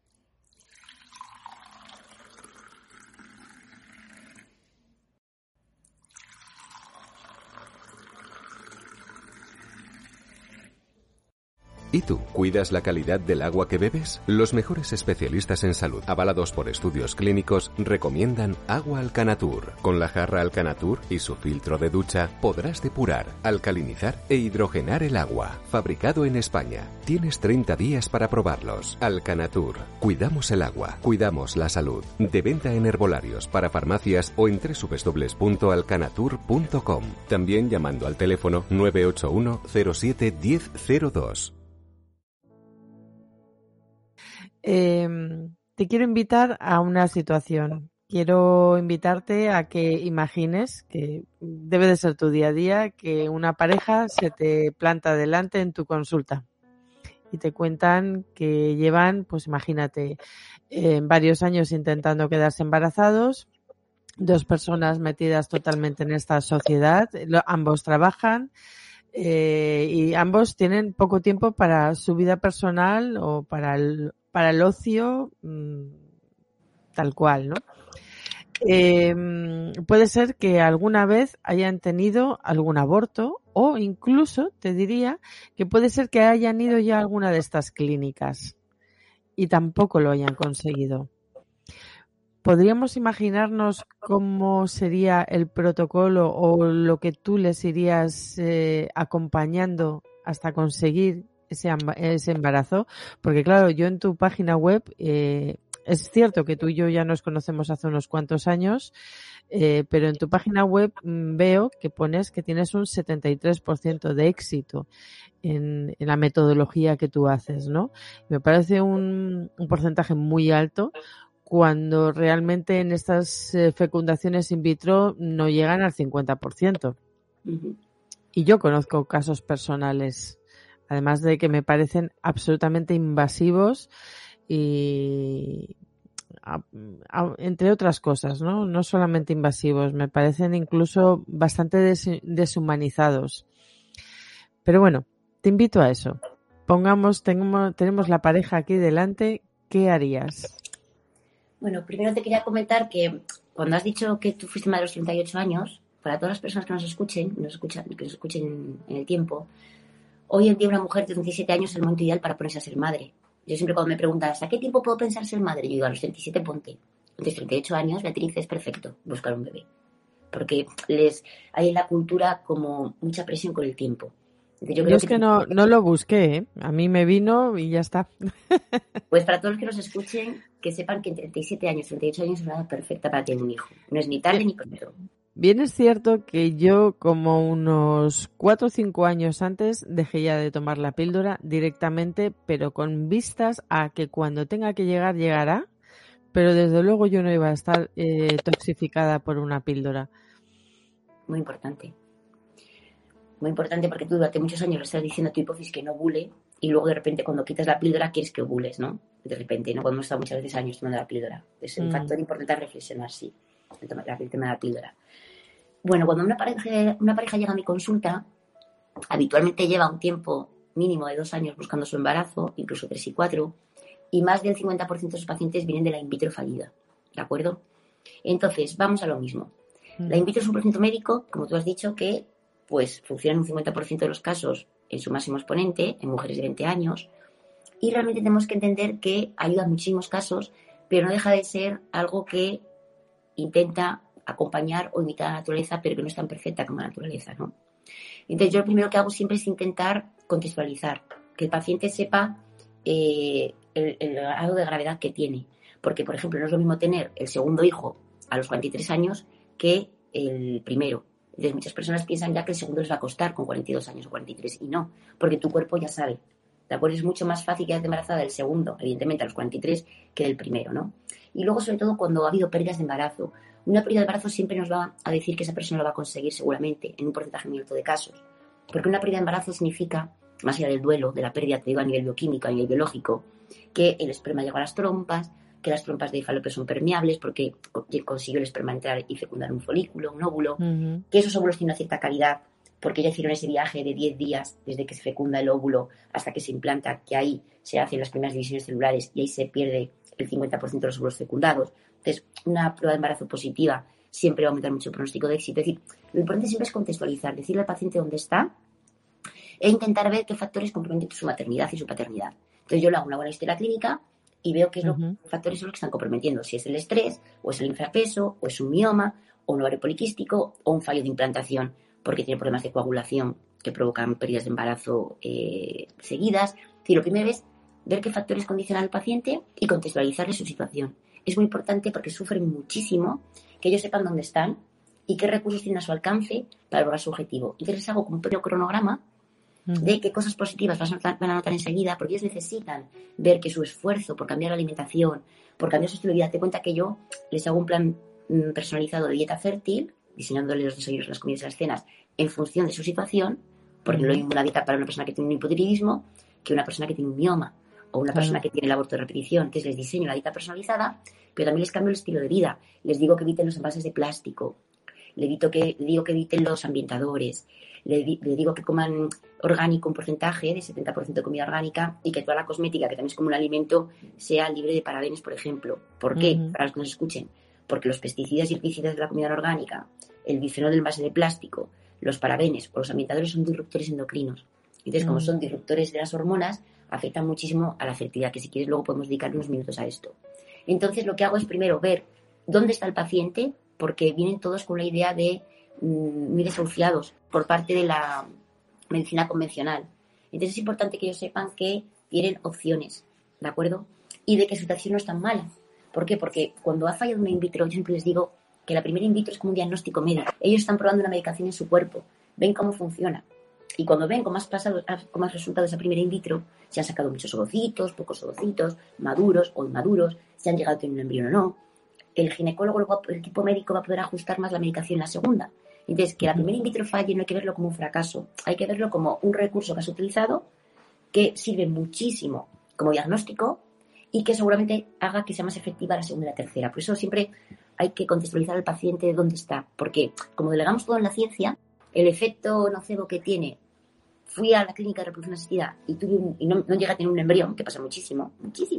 ¿Y tú, cuidas la calidad del agua que bebes? Los mejores especialistas en salud, avalados por estudios clínicos, recomiendan Agua Alcanatur. Con la jarra Alcanatur y su filtro de ducha, podrás depurar, alcalinizar e hidrogenar el agua. Fabricado en España. Tienes 30 días para probarlos. Alcanatur. Cuidamos el agua, cuidamos la salud. De venta en herbolarios, para farmacias o en www.alcanatur.com. También llamando al teléfono 981 07 1002. Te quiero invitar a una situación. Quiero invitarte a que imagines, que debe de ser tu día a día, que una pareja se te planta delante en tu consulta y te cuentan que llevan, pues imagínate, varios años intentando quedarse embarazados, 2 personas metidas totalmente en esta sociedad, ambos trabajan, y ambos tienen poco tiempo para su vida personal o para el ocio, tal cual, ¿no? Puede ser que alguna vez hayan tenido algún aborto o incluso, te diría, que puede ser que hayan ido ya a alguna de estas clínicas y tampoco lo hayan conseguido. ¿Podríamos imaginarnos cómo sería el protocolo o lo que tú les irías acompañando hasta conseguir ese embarazo? Porque claro, yo en tu página web, es cierto que tú y yo ya nos conocemos hace unos cuantos años, pero en tu página web veo que pones que tienes un 73% de éxito en la metodología que tú haces, ¿no? Me parece un porcentaje muy alto, cuando realmente en estas fecundaciones in vitro no llegan al 50%. Y yo conozco casos personales, además de que me parecen absolutamente invasivos y entre otras cosas, ¿no? No solamente invasivos, me parecen incluso bastante deshumanizados. Pero bueno, te invito a eso. Tenemos la pareja aquí delante, ¿qué harías? Bueno, primero te quería comentar que cuando has dicho que tú fuiste madre a los 38 años, para todas las personas que nos escuchen en el tiempo, hoy en día una mujer de 37 años es el momento ideal para ponerse a ser madre. Yo siempre cuando me preguntan, ¿hasta qué tiempo puedo pensar ser madre? Yo digo, a los 37 ponte. Entonces, 38 años, Beatriz, es perfecto buscar un bebé. Porque hay en la cultura como mucha presión con el tiempo. Yo es que no lo busqué, ¿eh? A mí me vino y ya está. Pues para todos los que nos escuchen, que sepan que en 37 años, 38 años es una edad perfecta para tener un hijo. No es ni tarde ni pronto. Bien es cierto que yo como unos 4 o 5 años antes dejé ya de tomar la píldora directamente, pero con vistas a que cuando tenga que llegar, llegará. Pero desde luego yo no iba a estar toxificada por una píldora. Muy importante. Muy importante porque tú durante muchos años le estás diciendo a tu hipófisis que no ovule y luego de repente cuando quitas la píldora quieres que ovules, ¿no? De repente, ¿no? Cuando hemos estado muchas veces años tomando la píldora. Es un factor importante a reflexionar, sí, el tema de la píldora. Bueno, cuando una pareja llega a mi consulta, habitualmente lleva un tiempo mínimo de 2 años buscando su embarazo, incluso 3 y 4, y más del 50% de sus pacientes vienen de la in vitro fallida. ¿de acuerdo? Entonces, vamos a lo mismo. La in vitro es un procedimiento médico, como tú has dicho, que pues funciona en un 50% de los casos en su máximo exponente, en mujeres de 20 años, y realmente tenemos que entender que ayuda en muchísimos casos, pero no deja de ser algo que intenta acompañar o imitar a la naturaleza, pero que no es tan perfecta como la naturaleza, ¿no? Entonces, yo lo primero que hago siempre es intentar contextualizar, que el paciente sepa el grado de gravedad que tiene. Porque, por ejemplo, no es lo mismo tener el segundo hijo a los 43 años que el primero. Entonces, muchas personas piensan ya que el segundo les va a costar con 42 años o 43, y no, porque tu cuerpo ya sabe. ¿De acuerdo? Es mucho más fácil quedarte embarazada del segundo, evidentemente a los 43, que del primero, ¿no? Y luego, sobre todo, cuando ha habido pérdidas de embarazo. Una pérdida de embarazo siempre nos va a decir que esa persona lo va a conseguir seguramente, en un porcentaje muy alto de casos. Porque una pérdida de embarazo significa, más allá del duelo, de la pérdida, te digo a nivel bioquímico, a nivel biológico, que el esperma llega a las trompas, que las trompas de Falopio son permeables porque consiguió el esperma entrar y fecundar un folículo, un óvulo, que esos óvulos tienen una cierta calidad porque ya hicieron ese viaje de 10 días desde que se fecunda el óvulo hasta que se implanta, que ahí se hacen las primeras divisiones celulares y ahí se pierde el 50% de los óvulos fecundados. Entonces, una prueba de embarazo positiva siempre va a aumentar mucho el pronóstico de éxito. Es decir, lo importante siempre es contextualizar, decirle al paciente dónde está e intentar ver qué factores comprometen su maternidad y su paternidad. Entonces, yo le hago una buena historia clínica y veo qué factores son los que están comprometiendo. Si es el estrés, o es el infrapeso, o es un mioma, o un ovario poliquístico, o un fallo de implantación porque tiene problemas de coagulación que provocan pérdidas de embarazo seguidas. Es decir, lo primero es ver qué factores condicionan al paciente y contextualizarle su situación. Es muy importante porque sufren muchísimo que ellos sepan dónde están y qué recursos tienen a su alcance para lograr su objetivo. Entonces hago como un pequeño cronograma de qué cosas positivas van a notar enseguida, porque ellos necesitan ver que su esfuerzo por cambiar la alimentación, por cambiar su estilo de vida, te cuenta que yo les hago un plan personalizado de dieta fértil, diseñándoles los desayunos, las comidas y las cenas en función de su situación, porque no es una dieta para una persona que tiene un hipotiroidismo que una persona que tiene un mioma o una persona que tiene el aborto de repetición. Entonces les diseño la dieta personalizada, pero también les cambio el estilo de vida. Les digo que eviten los envases de plástico, le digo que eviten los ambientadores, le digo que coman orgánico un porcentaje de 70% de comida orgánica y que toda la cosmética, que también es como un alimento, sea libre de parabenes, por ejemplo. ¿Por qué? Para los que nos escuchen. Porque los pesticidas y herbicidas de la comida orgánica, el bifenol del envase de plástico, los parabenes o los ambientadores son disruptores endocrinos. Entonces, como son disruptores de las hormonas, afectan muchísimo a la fertilidad, que si quieres luego podemos dedicar unos minutos a esto. Entonces, lo que hago es primero ver dónde está el paciente, porque vienen todos con la idea de muy desahuciados por parte de la medicina convencional. Entonces es importante que ellos sepan que tienen opciones, ¿de acuerdo? Y de que su situación no es tan mala. ¿Por qué? Porque cuando ha fallado una in vitro, yo siempre les digo que la primera in vitro es como un diagnóstico médico. Ellos están probando una medicación en su cuerpo, ven cómo funciona. Y cuando ven cómo has resultado esa primera in vitro, se han sacado muchos ovocitos, pocos ovocitos, maduros o inmaduros, se han llegado a tener un embrión o no. El ginecólogo, el equipo médico va a poder ajustar más la medicación en la segunda. Entonces, que la primera in vitro falle no hay que verlo como un fracaso, hay que verlo como un recurso que has utilizado que sirve muchísimo como diagnóstico y que seguramente haga que sea más efectiva la segunda y la tercera. Por eso siempre hay que contextualizar al paciente de dónde está, porque como delegamos todo en la ciencia, el efecto nocebo que tiene, fui a la clínica de reproducción asistida y no llegué a tener un embrión, que pasa muchísimo,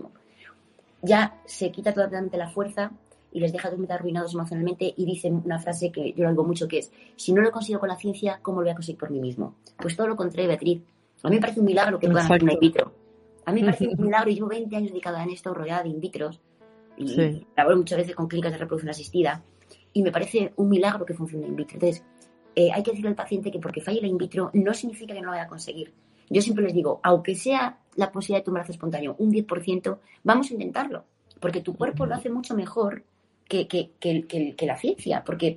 ya se quita totalmente la fuerza y les deja totalmente arruinados emocionalmente y dicen una frase que yo lo digo mucho, que es: si no lo consigo con la ciencia, ¿cómo lo voy a conseguir por mí mismo? Pues todo lo contrario, Beatriz. A mí me parece un milagro que puedan hacer una in vitro. A mí me parece un milagro, y llevo 20 años dedicada en esto, rodeada de in vitros, y laboro muchas veces con clínicas de reproducción asistida, y me parece un milagro que funcione in vitro. Entonces, hay que decirle al paciente que porque falle la in vitro no significa que no lo vaya a conseguir. Yo siempre les digo, aunque sea la posibilidad de tu embarazo espontáneo un 10%, vamos a intentarlo, porque tu cuerpo lo hace mucho mejor que la ciencia, porque...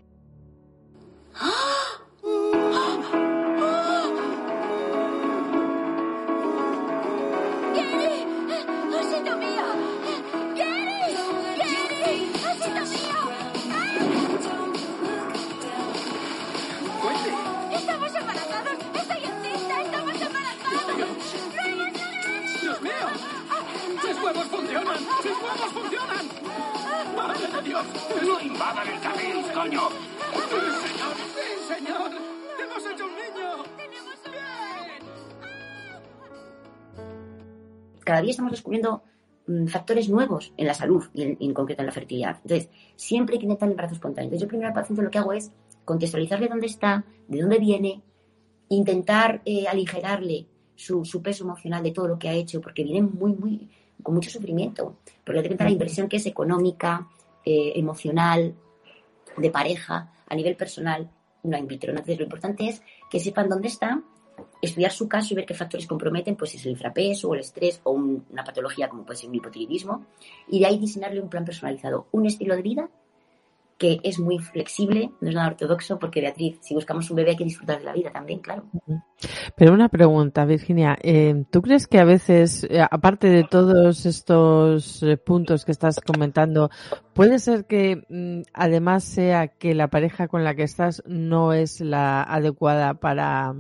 ¡No invadan el jardín, coño! ¡Señor! ¡Sí, señor! ¡Hemos hecho un niño! ¡Tenemos un Cada día estamos descubriendo factores nuevos en la salud y en concreto en la fertilidad. Entonces, siempre hay que intentar el embarazo espontáneo. Entonces, yo primero al paciente lo que hago es contextualizarle dónde está, de dónde viene, intentar aligerarle su peso emocional de todo lo que ha hecho, porque viene con mucho sufrimiento. Porque hay que cuenta la inversión que es económica, emocional, de pareja, a nivel personal, no in vitro. Entonces, lo importante es que sepan dónde está, estudiar su caso y ver qué factores comprometen, pues es el infrapeso o el estrés o una patología como puede ser un hipotiroidismo, y de ahí diseñarle un plan personalizado, un estilo de vida que es muy flexible, no es nada ortodoxo, porque Beatriz, si buscamos un bebé hay que disfrutar de la vida también, claro. Pero una pregunta, Virginia, ¿tú crees que a veces, aparte de todos estos puntos que estás comentando, puede ser que además sea que la pareja con la que estás no es la adecuada para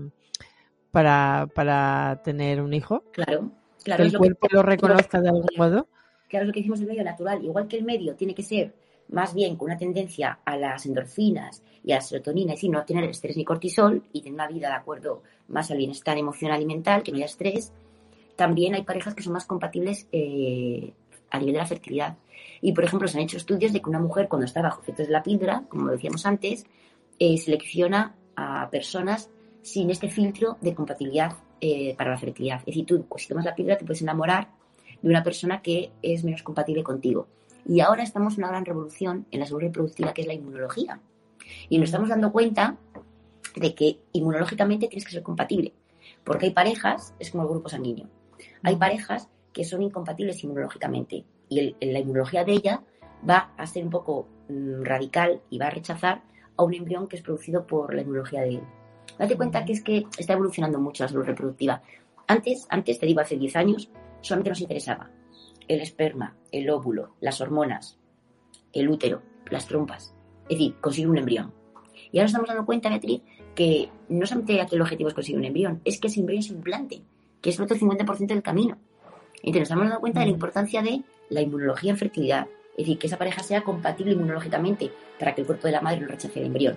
tener un hijo? Claro. Que el cuerpo lo reconozca de algún modo. Claro, es lo que decimos del medio natural. Igual que el medio tiene que ser más bien con una tendencia a las endorfinas y a la serotonina, es decir, no tener estrés ni cortisol y tener una vida de acuerdo más al bienestar emocional y mental, que no haya estrés. También hay parejas que son más compatibles a nivel de la fertilidad. Y, por ejemplo, se han hecho estudios de que una mujer, cuando está bajo efectos de la píldora, como decíamos antes, selecciona a personas sin este filtro de compatibilidad para la fertilidad. Es decir, tú, si tomas la píldora, te puedes enamorar de una persona que es menos compatible contigo. Y ahora estamos en una gran revolución en la salud reproductiva, que es la inmunología. Y nos estamos dando cuenta de que inmunológicamente tienes que ser compatible. Porque hay parejas, es como el grupo sanguíneo, hay parejas que son incompatibles inmunológicamente. Y la inmunología de ella va a ser un poco radical y va a rechazar a un embrión que es producido por la inmunología de él. Date cuenta que es que está evolucionando mucho la salud reproductiva. Antes, te digo, hace 10 años, solamente nos interesaba el esperma, el óvulo, las hormonas, el útero, las trompas. Es decir, conseguir un embrión. Y ahora estamos dando cuenta, Beatriz, que no solamente aquí el objetivo es conseguir un embrión, es que ese embrión se implante, que es el otro 50% del camino. Entonces nos estamos dando cuenta de la importancia de la inmunología en fertilidad. Es decir, que esa pareja sea compatible inmunológicamente para que el cuerpo de la madre no rechace el embrión.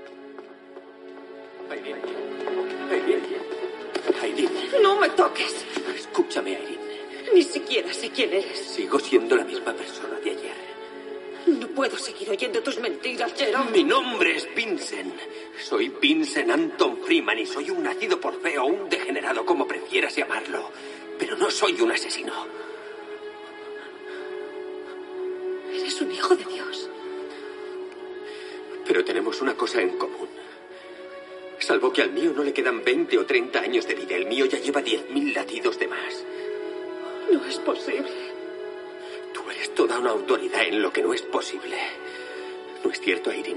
Aileen. ¡No me toques! Escúchame, Aileen. Ni siquiera sé quién eres. Sigo siendo la misma persona de ayer. No puedo seguir oyendo tus mentiras, Jerome. Mi nombre es Vincent. Soy Vincent Anton Freeman y soy un nacido por fe o un degenerado, como prefieras llamarlo. Pero no soy un asesino. Eres un hijo de Dios. Pero tenemos una cosa en común. Salvo que al mío no le quedan 20 o 30 años de vida, el mío ya lleva 10.000 latidos de más. No es posible. Tú eres toda una autoridad en lo que no es posible. ¿No es cierto, Aileen?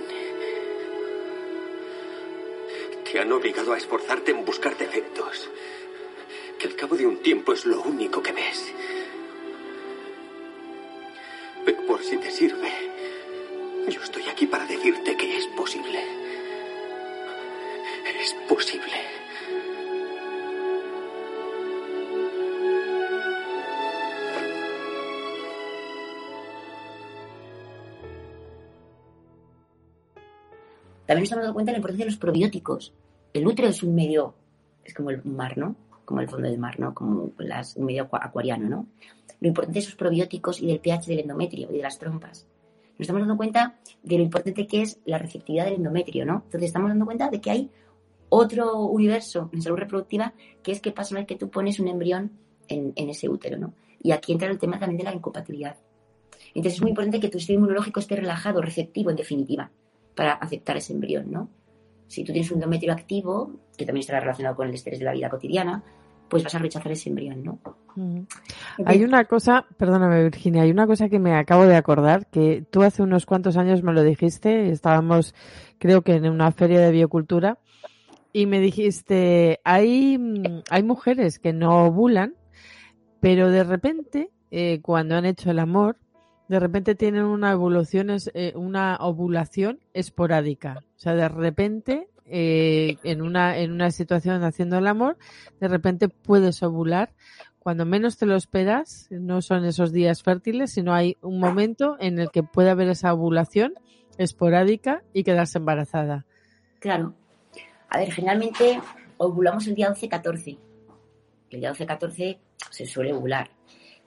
Te han obligado a esforzarte en buscar defectos, que al cabo de un tiempo es lo único que ves. Pero por si te sirve, yo estoy aquí para decirte que es posible. Es posible. También nos hemos dado cuenta de la importancia de los probióticos. El útero es un medio, es como el mar, ¿no? Como el fondo del mar, ¿no? Como un medio acuariano, ¿no? Lo importante de esos probióticos y del pH del endometrio y de las trompas. Nos estamos dando cuenta de lo importante que es la receptividad del endometrio, ¿no? Entonces estamos dando cuenta de que hay otro universo en salud reproductiva, que es qué pasa una vez que tú pones un embrión en ese útero, ¿no? Y aquí entra el tema también de la incompatibilidad. Entonces es muy importante que tu sistema inmunológico esté relajado, receptivo, en definitiva, para aceptar ese embrión, ¿no? Si tú tienes un endometrio activo, que también estará relacionado con el estrés de la vida cotidiana, pues vas a rechazar ese embrión, ¿no? Hay una cosa, perdóname Virginia, hay una cosa que me acabo de acordar, que tú hace unos cuantos años me lo dijiste, estábamos creo que en una feria de biocultura, y me dijiste, hay mujeres que no ovulan, pero de repente, cuando han hecho el amor, de repente tienen una ovulación esporádica. O sea, de repente, en una situación haciendo el amor, de repente puedes ovular. Cuando menos te lo esperas, no son esos días fértiles, sino hay un momento en el que puede haber esa ovulación esporádica y quedarse embarazada. Claro. A ver, generalmente ovulamos el día 12-14. El día 12-14 se suele ovular.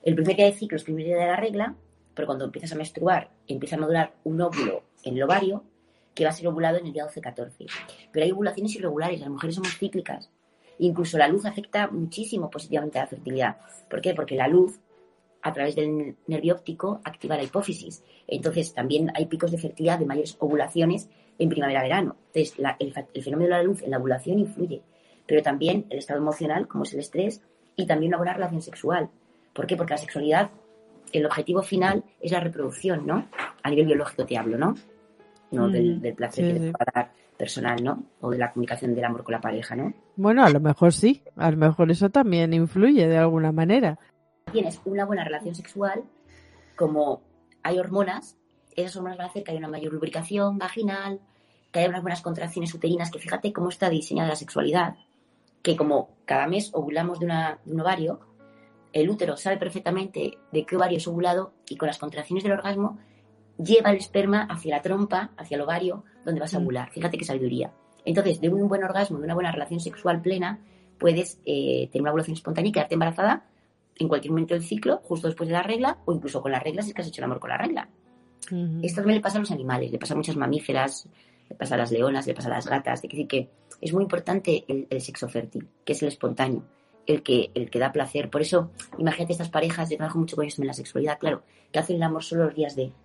El primer día de ciclo es el primer día de la regla, pero cuando empiezas a menstruar, empieza a madurar un óvulo en el ovario que va a ser ovulado en el día 12-14. Pero hay ovulaciones irregulares, las mujeres somos cíclicas. Incluso la luz afecta muchísimo positivamente a la fertilidad. ¿Por qué? Porque la luz, a través del nervio óptico, activa la hipófisis. Entonces, también hay picos de fertilidad de mayores ovulaciones en primavera-verano. Entonces, el fenómeno de la luz en la ovulación influye. Pero también el estado emocional, como es el estrés, y también una buena relación sexual. ¿Por qué? Porque la sexualidad, el objetivo final es la reproducción, ¿no? A nivel biológico te hablo, ¿no? No del placer que te pueda dar personal, ¿no? O de la comunicación del amor con la pareja, ¿no? Bueno, a lo mejor sí. A lo mejor eso también influye de alguna manera. Tienes una buena relación sexual, como hay hormonas, esas hormonas van a hacer que haya una mayor lubricación vaginal, que haya unas buenas contracciones uterinas, que fíjate cómo está diseñada la sexualidad, que como cada mes ovulamos de un ovario, el útero sabe perfectamente de qué ovario es ovulado y con las contracciones del orgasmo lleva el esperma hacia la trompa, hacia el ovario, donde vas a ovular. Fíjate qué sabiduría. Entonces, de un buen orgasmo, de una buena relación sexual plena, puedes tener una ovulación espontánea y quedarte embarazada en cualquier momento del ciclo, justo después de la regla, o incluso con la regla si es que has hecho el amor con la regla. Esto también le pasa a los animales, le pasa a muchas mamíferas, le pasa a las leonas, le pasa a las gatas. Es decir, que es muy importante el sexo fértil, que es el espontáneo, el que da placer. Por eso, imagínate estas parejas, yo trabajo mucho con ellos en la sexualidad, claro, que hacen el amor solo los días de...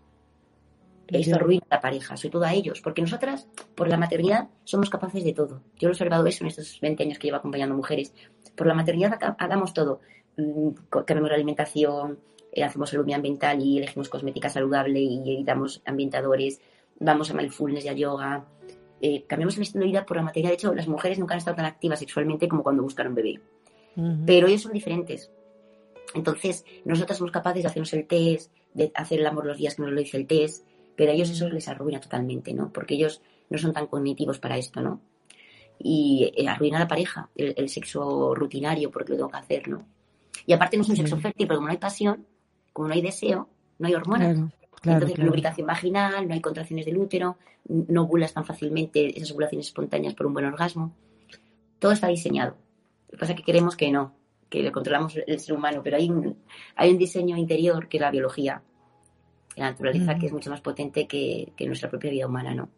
Esto arruina a la pareja, sobre todo a ellos, porque nosotras, por la maternidad, somos capaces de todo. Yo lo he observado eso en estos 20 años que llevo acompañando mujeres. Por la maternidad hagamos todo. Cambiamos la alimentación, hacemos salud ambiental y elegimos cosmética saludable y evitamos ambientadores, vamos a mindfulness y a yoga. Cambiamos el estilo de vida por la maternidad. De hecho, las mujeres nunca han estado tan activas sexualmente como cuando buscan un bebé. Pero ellos son diferentes. Entonces, nosotras somos capaces de hacernos el test, de hacer el amor los días que nos lo dice el test, pero a ellos eso les arruina totalmente, ¿no? Porque ellos no son tan cognitivos para esto, ¿no? Y arruina a la pareja, el sexo rutinario, porque lo tengo que hacer, ¿no? Y aparte no es un sexo fértil, porque como no hay pasión, como no hay deseo, no hay hormonas. Entonces, lubricación vaginal, no hay contracciones del útero, no ovulas tan fácilmente esas ovulaciones espontáneas por un buen orgasmo. Todo está diseñado. Lo que pasa es que queremos que no, que lo controlamos el ser humano, pero hay un diseño interior que es la biología, la naturaleza, que es mucho más potente que nuestra propia vida humana, ¿no?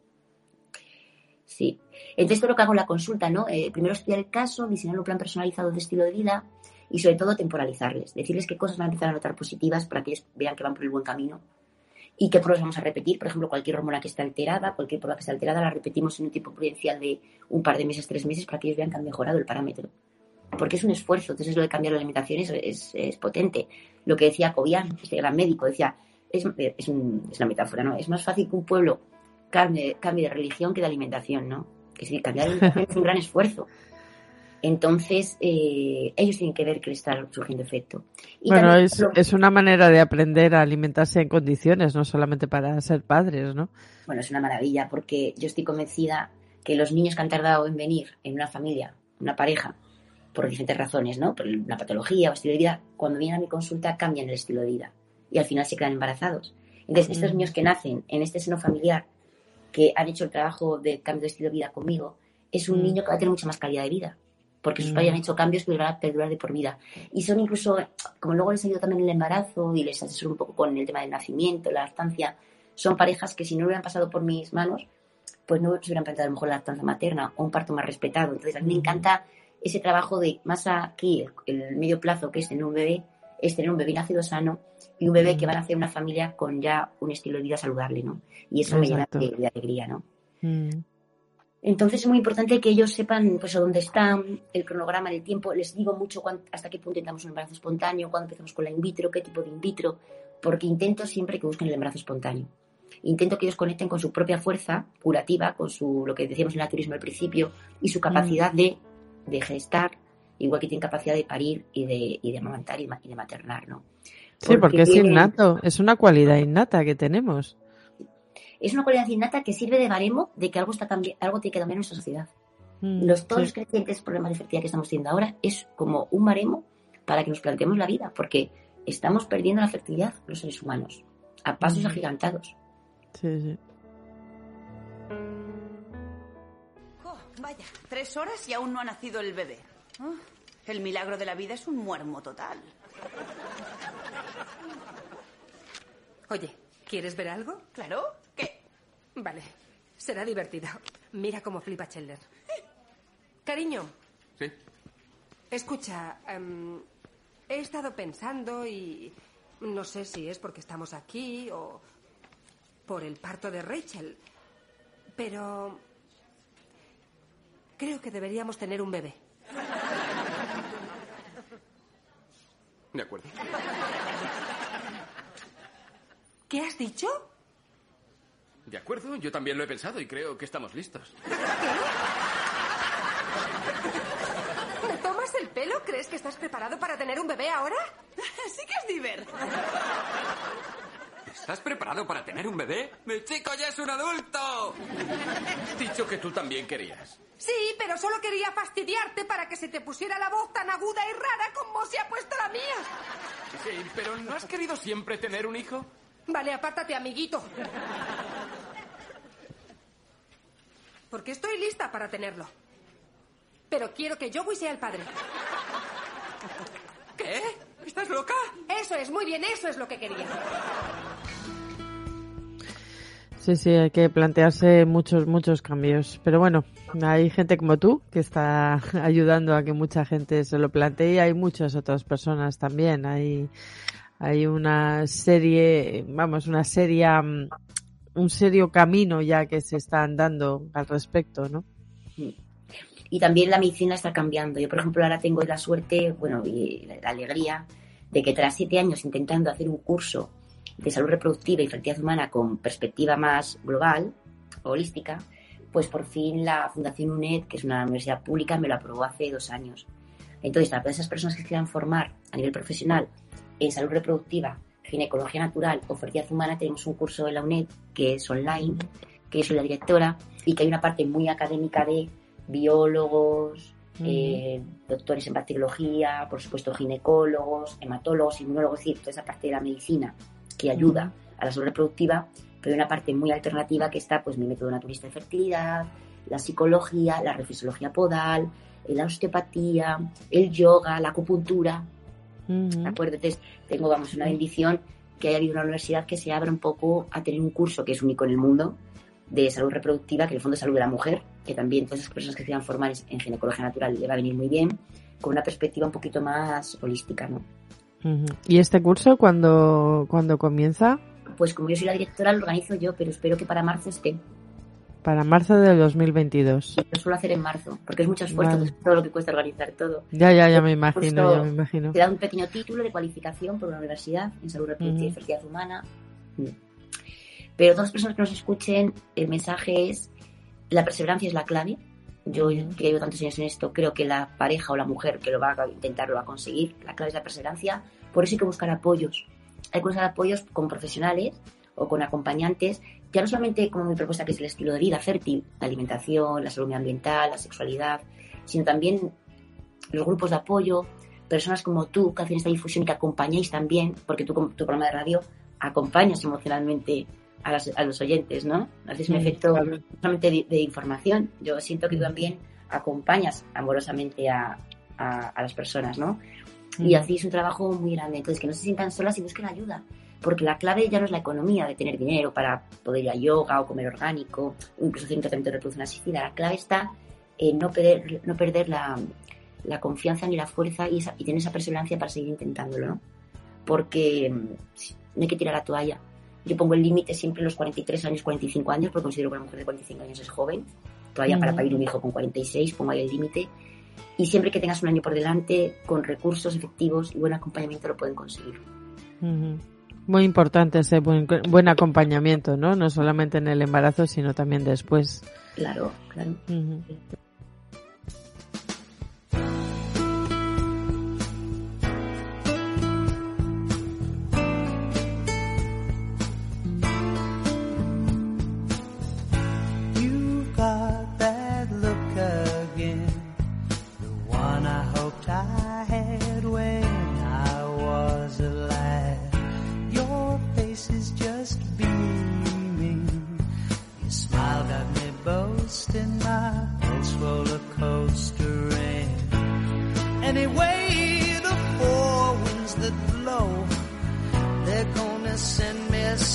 Sí. Entonces, todo lo que hago en la consulta, ¿no? Primero estudiar el caso, diseñar un plan personalizado de estilo de vida y, sobre todo, temporalizarles. Decirles qué cosas van a empezar a notar positivas para que ellos vean que van por el buen camino y qué pruebas vamos a repetir. Por ejemplo, cualquier hormona que está alterada, cualquier prueba que está alterada, la repetimos en un tiempo prudencial de un par de meses, 3 meses, para que ellos vean que han mejorado el parámetro. Porque es un esfuerzo. Entonces, lo de cambiar la alimentación es potente. Lo que decía Cobian, este gran médico, decía... Es una metáfora, ¿no? Es más fácil que un pueblo cambie de religión que de alimentación, ¿no? Es decir, cambiar de alimentación es un gran esfuerzo. Entonces, ellos tienen que ver que le está surgiendo efecto. Y bueno, también, es una manera de aprender a alimentarse en condiciones, no solamente para ser padres, ¿no? Bueno, es una maravilla, porque yo estoy convencida que los niños que han tardado en venir en una familia, una pareja, por diferentes razones, ¿no? Por una patología o estilo de vida, cuando vienen a mi consulta cambian el estilo de vida. Y al final se quedan embarazados. Entonces, estos niños que nacen en este seno familiar, que han hecho el trabajo de cambio de estilo de vida conmigo, es un niño que va a tener mucha más calidad de vida, porque sus padres han hecho cambios que les van a perdurar de por vida. Y son incluso, como luego les ayudo también el embarazo y les asesoro un poco con el tema del nacimiento, la lactancia, son parejas que si no hubieran pasado por mis manos, pues no se hubieran planteado a lo mejor la lactancia materna o un parto más respetado. Entonces, a mí me encanta ese trabajo de más aquí, el medio plazo, que es tener un bebé nacido sano y un bebé que va a nacer una familia con ya un estilo de vida saludable, ¿no? Y eso me llena de alegría, ¿no? Entonces es muy importante que ellos sepan pues dónde están, el cronograma del tiempo. Les digo mucho hasta qué punto intentamos un embarazo espontáneo, cuándo empezamos con la in vitro, qué tipo de in vitro, porque intento siempre que busquen el embarazo espontáneo. Intento que ellos conecten con su propia fuerza curativa, con lo que decíamos en el naturismo al principio, y su capacidad de gestar, igual que tienen capacidad de parir y de amamantar y de maternar, ¿no? Sí, porque es innato, es una cualidad innata que tenemos. Es una cualidad innata que sirve de baremo de que algo tiene que cambiar en nuestra sociedad. Los crecientes problemas de fertilidad que estamos teniendo ahora es como un baremo para que nos planteemos la vida, porque estamos perdiendo la fertilidad los seres humanos, a pasos agigantados. Sí. Oh, vaya, 3 horas y aún no ha nacido el bebé. Oh, el milagro de la vida es un muermo total. Oye, ¿quieres ver algo? Claro. ¿Qué? Vale, será divertido. Mira cómo flipa Chandler. Cariño. ¿Sí? Escucha, he estado pensando y no sé si es porque estamos aquí o por el parto de Rachel, pero creo que deberíamos tener un bebé. De acuerdo. ¿Qué has dicho? De acuerdo, yo también lo he pensado y creo que estamos listos. ¿Me tomas el pelo? ¿Crees que estás preparado para tener un bebé ahora? Sí que es divertido. ¿Estás preparado para tener un bebé? ¡Mi chico ya es un adulto! He dicho que tú también querías. Sí, pero solo quería fastidiarte para que se te pusiera la voz tan aguda y rara como se ha puesto la mía. Sí, pero ¿no has querido siempre tener un hijo? Vale, apártate, amiguito. Porque estoy lista para tenerlo. Pero quiero que Joey sea el padre. ¿Qué? ¿Estás loca? Eso es, muy bien, eso es lo que quería. Sí, hay que plantearse muchos cambios. Pero bueno, hay gente como tú que está ayudando a que mucha gente se lo plantee y hay muchas otras personas también. Hay una serie, un serio camino ya que se está andando al respecto, ¿no? Y también la medicina está cambiando. Yo, por ejemplo, ahora tengo la suerte, y la alegría de que tras 7 años intentando hacer un curso de salud reproductiva y fertilidad humana con perspectiva más global, holística, pues por fin la Fundación UNED, que es una universidad pública, me lo aprobó hace 2 años. Entonces, para todas esas personas que quieran formar a nivel profesional en salud reproductiva, ginecología natural o fertilidad humana, tenemos un curso de la UNED que es online, que yo soy la directora y que hay una parte muy académica de biólogos, doctores en bacteriología, por supuesto ginecólogos, hematólogos, inmunólogos, es decir, toda esa parte de la medicina que ayuda a la salud reproductiva, pero hay una parte muy alternativa que está pues mi método naturista de fertilidad, la psicología, la reflexología podal, la osteopatía, el yoga, la acupuntura, ¿de acuerdo? Entonces tengo, una bendición que haya habido una universidad que se abra un poco a tener un curso que es único en el mundo de salud reproductiva, que en el fondo es salud de la mujer, que también todas esas personas que quieran formar en ginecología natural le va a venir muy bien, con una perspectiva un poquito más holística, ¿no? ¿Y este curso cuándo comienza? Pues como yo soy la directora, lo organizo yo, pero espero que para marzo esté. Para marzo del 2022. Lo suelo hacer en marzo, porque es mucho esfuerzo, todo lo que cuesta organizar todo. Ya me imagino. Te da un pequeño título de cualificación por una universidad en salud reproductiva y fertilidad humana. Pero todas las personas que nos escuchen, el mensaje es: la perseverancia es la clave. Yo, que llevo tantos años en esto, creo que la pareja o la mujer que lo va a intentar lo va a conseguir. La clave es la perseverancia. Por eso hay que buscar apoyos. Hay que buscar apoyos con profesionales o con acompañantes, ya no solamente como mi propuesta, que es el estilo de vida fértil, la alimentación, la salud ambiental, la sexualidad, sino también los grupos de apoyo, personas como tú que hacen esta difusión y que acompañáis también, porque tú con tu programa de radio acompañas emocionalmente a los oyentes, ¿no? Haces un efecto no solamente de información. Yo siento que tú también acompañas amorosamente a las personas, ¿no? Y hacéis un trabajo muy grande. Entonces, que no se sientan solas y busquen ayuda. Porque la clave ya no es la economía de tener dinero para poder ir a yoga o comer orgánico, o incluso hacer un tratamiento de reproducción asistida. La clave está en no perder la confianza ni la fuerza y tener esa perseverancia para seguir intentándolo, ¿no? Porque no hay que tirar la toalla. Yo pongo el límite siempre en los 43 años, 45 años, porque considero que una mujer de 45 años es joven. Todavía para parir un hijo con 46, pongo ahí el límite. Y siempre que tengas un año por delante, con recursos efectivos y buen acompañamiento, lo pueden conseguir. Muy importante ese buen acompañamiento, ¿no? No solamente en el embarazo, sino también después. Claro.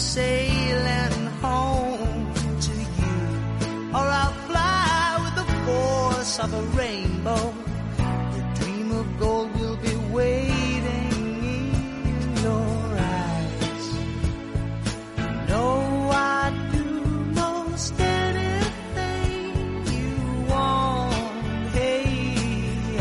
sailing home to you, or I'll fly with the force of a rainbow. The dream of gold will be waiting in your eyes. No, I do most anything you want. Hey,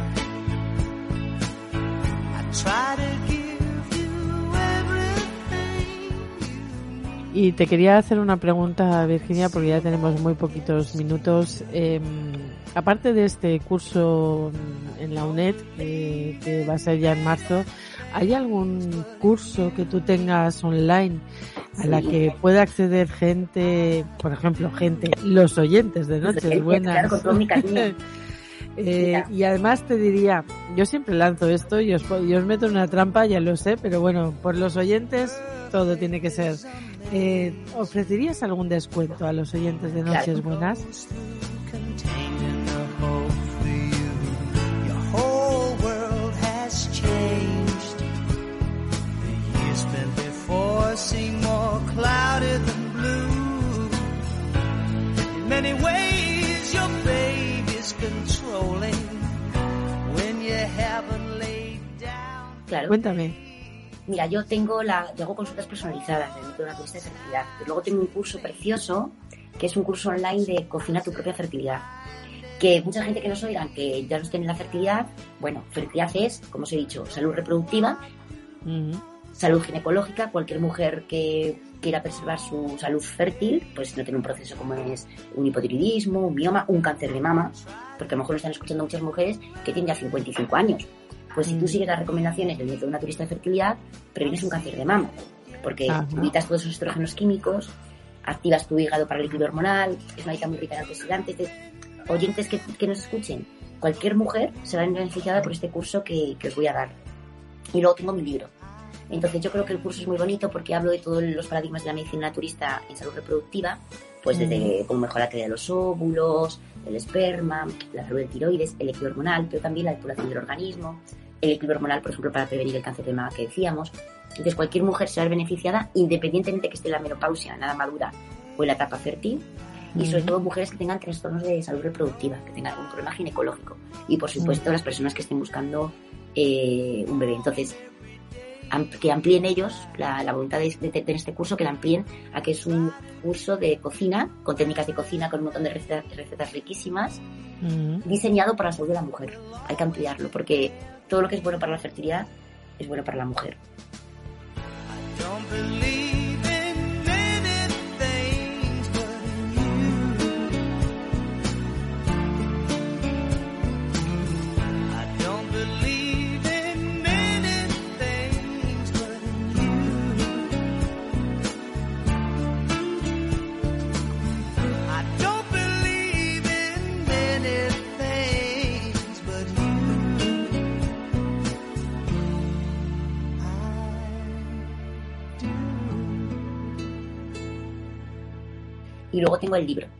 I try to give you everything. Y te quería hacer una pregunta, Virginia, porque ya tenemos muy poquitos minutos. Aparte de este curso en la UNED, que va a ser ya en marzo, ¿hay algún curso que tú tengas online a la que pueda acceder gente, por ejemplo, los oyentes de Noches Buenas? Claro, con todo mi cariño. Y además te diría, yo siempre lanzo esto y os meto en una trampa, ya lo sé, pero bueno, por los oyentes todo tiene que ser. ¿Ofrecerías algún descuento a los oyentes de Noches Buenas? Seem more clouded than blue. In many ways your baby's controlling when you haven't laid down. Claro. Cuéntame. Mira, yo hago consultas personalizadas del método naturista de fertilidad. Pero luego tengo un curso precioso, que es un curso online de cocina tu propia fertilidad. Que mucha gente que nos oigan que ya no estén en la fertilidad, bueno, fertilidad es, como os he dicho, salud reproductiva, salud ginecológica. Cualquier mujer que quiera preservar su salud fértil, pues no tiene un proceso como es un hipotiroidismo, un mioma, un cáncer de mama, porque a lo mejor nos están escuchando muchas mujeres que tienen ya 55 años. Pues si tú sigues las recomendaciones del método naturista de fertilidad, previenes un cáncer de mama, porque evitas todos esos estrógenos químicos, activas tu hígado para el equilibrio hormonal, es una dieta muy rica en antioxidantes. Oyentes que nos escuchen, cualquier mujer se va a ver beneficiada por este curso que os voy a dar. Y luego tengo mi libro. Entonces yo creo que el curso es muy bonito porque hablo de todos los paradigmas de la medicina naturista en salud reproductiva, pues desde cómo mejorar la calidad de los óvulos, el esperma, la salud del tiroides, el equilibrio hormonal, pero también la depuración del organismo, el equilibrio hormonal, por ejemplo, para prevenir el cáncer de mama que decíamos. Entonces cualquier mujer se va a ver beneficiada independientemente que esté en la menopausia, nada madura o en la etapa fértil. Y sobre todo mujeres que tengan trastornos de salud reproductiva, que tengan algún problema ginecológico. Y por supuesto las personas que estén buscando un bebé. Entonces, que amplíen ellos, la voluntad de tener este curso, que la amplíen a que es un curso de cocina, con técnicas de cocina, con un montón de recetas riquísimas, diseñado para la salud de la mujer. Hay que ampliarlo, porque todo lo que es bueno para la fertilidad es bueno para la mujer. Y luego tengo el libro.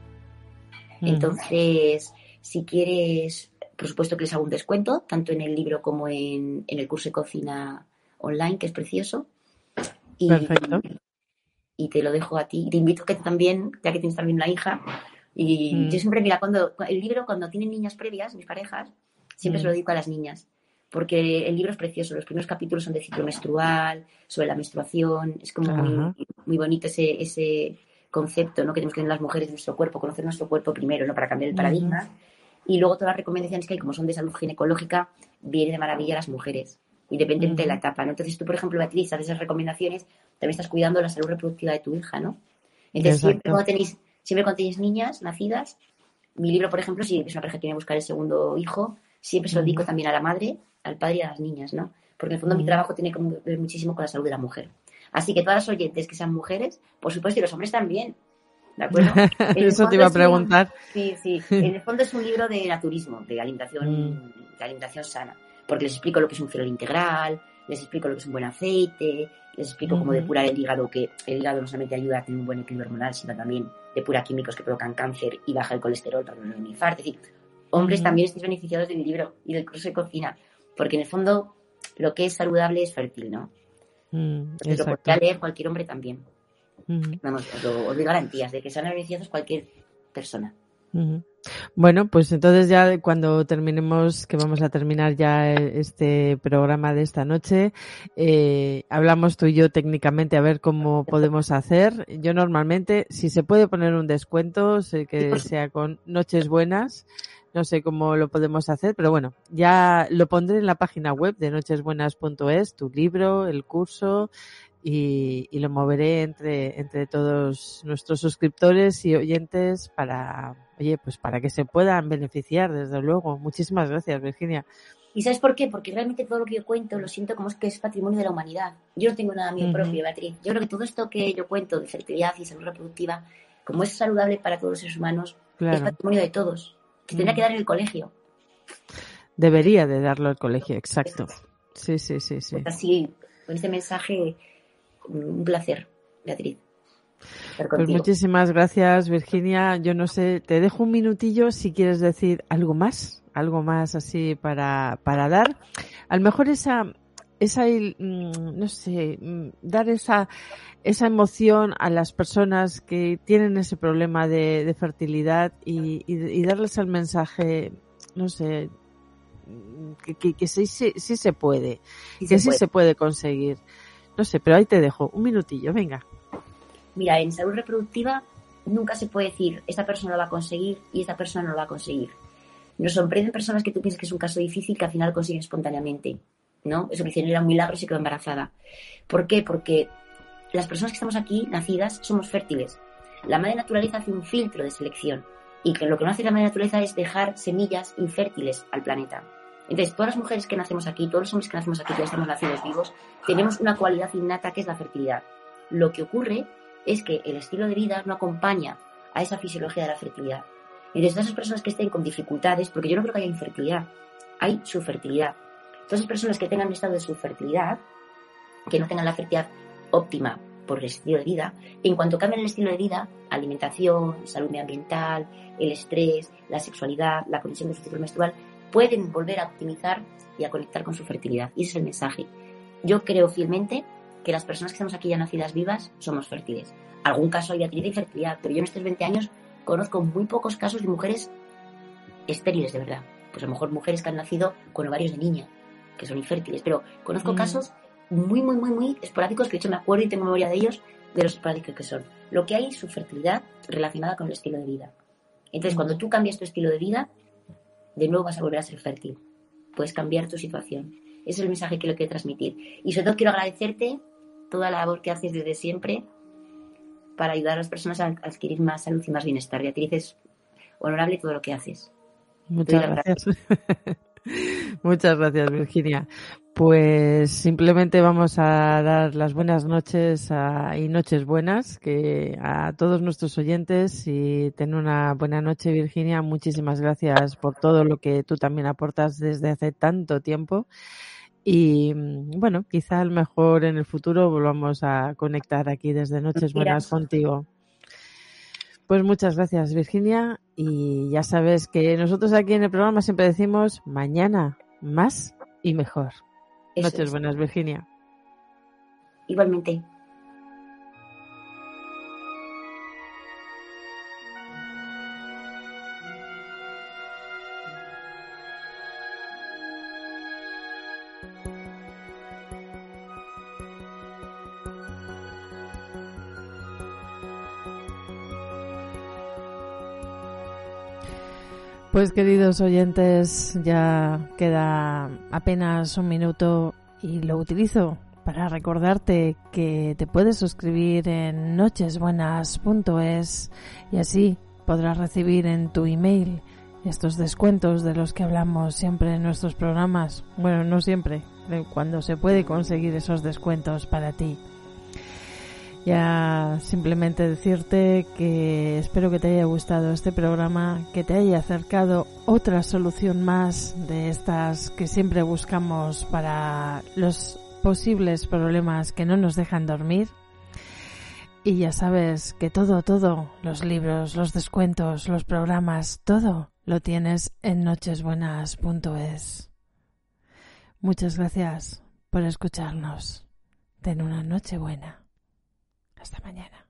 Entonces, si quieres, por supuesto que les hago un descuento, tanto en el libro como en el curso de cocina online, que es precioso. Perfecto. Y te lo dejo a ti. Te invito a que también, ya que tienes también una hija, y yo siempre, mira, el libro, cuando tienen niñas previas, mis parejas, siempre se lo dedico a las niñas. Porque el libro es precioso. Los primeros capítulos son de ciclo menstrual, sobre la menstruación. Es como muy bonito ese concepto, ¿no? Que tenemos que tener las mujeres de nuestro cuerpo, conocer nuestro cuerpo primero, ¿no? Para cambiar el paradigma. Y luego todas las recomendaciones que hay, como son de salud ginecológica, viene de maravilla a las mujeres, independientemente de la etapa, ¿no? Entonces tú, por ejemplo, Beatriz, haces esas recomendaciones, también estás cuidando la salud reproductiva de tu hija, ¿no? Entonces siempre cuando tenéis niñas nacidas, mi libro, por ejemplo, si es una pareja que quiere buscar el segundo hijo, siempre se lo dedico también a la madre, al padre y a las niñas, ¿no? Porque en el fondo mi trabajo tiene que ver muchísimo con la salud de la mujer. Así que todas las oyentes que sean mujeres, por supuesto, y los hombres también, ¿de acuerdo? Eso te iba a preguntar. Sí. En el fondo es un libro de naturismo, de alimentación sana. Porque les explico lo que es un fierro integral, les explico lo que es un buen aceite, les explico cómo depurar el hígado, que el hígado no solamente ayuda a tener un buen equilibrio hormonal, sino también depura químicos que provocan cáncer y baja el colesterol para no infarto. Es decir, hombres también estáis beneficiados del libro y del curso de cocina, porque en el fondo lo que es saludable es fértil, ¿no? Entonces lo podría leer cualquier hombre también. Vamos, os doy garantías de que sean beneficiados cualquier persona. Bueno, pues entonces ya cuando terminemos, que vamos a terminar ya este programa de esta noche, hablamos tú y yo técnicamente a ver cómo podemos hacer. Yo normalmente, si se puede poner un descuento, sé que sea con Noches Buenas, no sé cómo lo podemos hacer, pero bueno, ya lo pondré en la página web de nochesbuenas.es, tu libro, el curso, y lo moveré entre todos nuestros suscriptores y oyentes para que se puedan beneficiar, desde luego. Muchísimas gracias, Virginia. ¿Y sabes por qué? Porque realmente todo lo que yo cuento lo siento como que es patrimonio de la humanidad. Yo no tengo nada mío propio, Beatriz. Yo creo que todo esto que yo cuento de fertilidad y salud reproductiva, como es saludable para todos los seres humanos, es patrimonio de todos. Se tendría que dar en el colegio. Debería de darlo al colegio, exacto. Sí. Pues así, con este mensaje, un placer, Beatriz. Pues muchísimas gracias, Virginia. Yo no sé, te dejo un minutillo si quieres decir algo más así para dar. A lo mejor esa no sé, dar esa emoción a las personas que tienen ese problema de fertilidad y darles el mensaje, no sé, que sí se puede, se puede conseguir. No sé, pero ahí te dejo un minutillo, venga. Mira, en salud reproductiva nunca se puede decir esta persona lo va a conseguir y esta persona no lo va a conseguir. Nos sorprenden personas que tú piensas que es un caso difícil que al final consiguen espontáneamente, ¿no? Eso que dicen era un milagro y se quedó embarazada. ¿Por qué? Porque las personas que estamos aquí, nacidas, somos fértiles. La madre naturaleza hace un filtro de selección y que lo que no hace la madre naturaleza es dejar semillas infértiles al planeta. Entonces, todas las mujeres que nacemos aquí, todos los hombres que nacemos aquí, que ya estamos nacidos vivos, tenemos una cualidad innata que es la fertilidad. Lo que ocurre es que el estilo de vida no acompaña a esa fisiología de la fertilidad. Entonces, todas esas personas que estén con dificultades, porque yo no creo que haya infertilidad, hay subfertilidad. Todas esas personas que tengan un estado de subfertilidad, que no tengan la fertilidad óptima por el estilo de vida, en cuanto cambien el estilo de vida, alimentación, salud medioambiental, el estrés, la sexualidad, la conexión con su ciclo menstrual, pueden volver a optimizar y a conectar con su fertilidad. Y ese es el mensaje. Yo creo fielmente que las personas que estamos aquí ya nacidas vivas somos fértiles. Algún caso hay de infertilidad, pero yo en estos 20 años conozco muy pocos casos de mujeres estériles de verdad. Pues a lo mejor mujeres que han nacido con ovarios de niña, que son infértiles, pero conozco casos muy esporádicos, que de hecho me acuerdo y tengo memoria de ellos, de los esporádicos que son. Lo que hay es su fertilidad relacionada con el estilo de vida. Entonces, cuando tú cambias tu estilo de vida, de nuevo vas a volver a ser fértil. Puedes cambiar tu situación. Ese es el mensaje que lo quiero transmitir. Y sobre todo quiero agradecerte toda la labor que haces desde siempre para ayudar a las personas a adquirir más salud y más bienestar. Beatriz, es honorable todo lo que haces. Muchas gracias. Muchas gracias, Virginia. Pues simplemente vamos a dar las buenas noches y noches buenas a todos nuestros oyentes y ten una buena noche, Virginia. Muchísimas gracias por todo lo que tú también aportas desde hace tanto tiempo. Y bueno, quizá a lo mejor en el futuro volvamos a conectar aquí desde Noches Buenas contigo. Pues muchas gracias, Virginia. Y ya sabes que nosotros aquí en el programa siempre decimos mañana más y mejor. Noches buenas, Virginia. Igualmente. Pues queridos oyentes, ya queda apenas un minuto y lo utilizo para recordarte que te puedes suscribir en nochesbuenas.es y así podrás recibir en tu email estos descuentos de los que hablamos siempre en nuestros programas. Bueno, no siempre, cuando se puede conseguir esos descuentos para ti. Ya simplemente decirte que espero que te haya gustado este programa, que te haya acercado otra solución más de estas que siempre buscamos para los posibles problemas que no nos dejan dormir. Y ya sabes que todo, los libros, los descuentos, los programas, todo lo tienes en nochesbuenas.es. Muchas gracias por escucharnos. Ten una noche buena. Hasta mañana.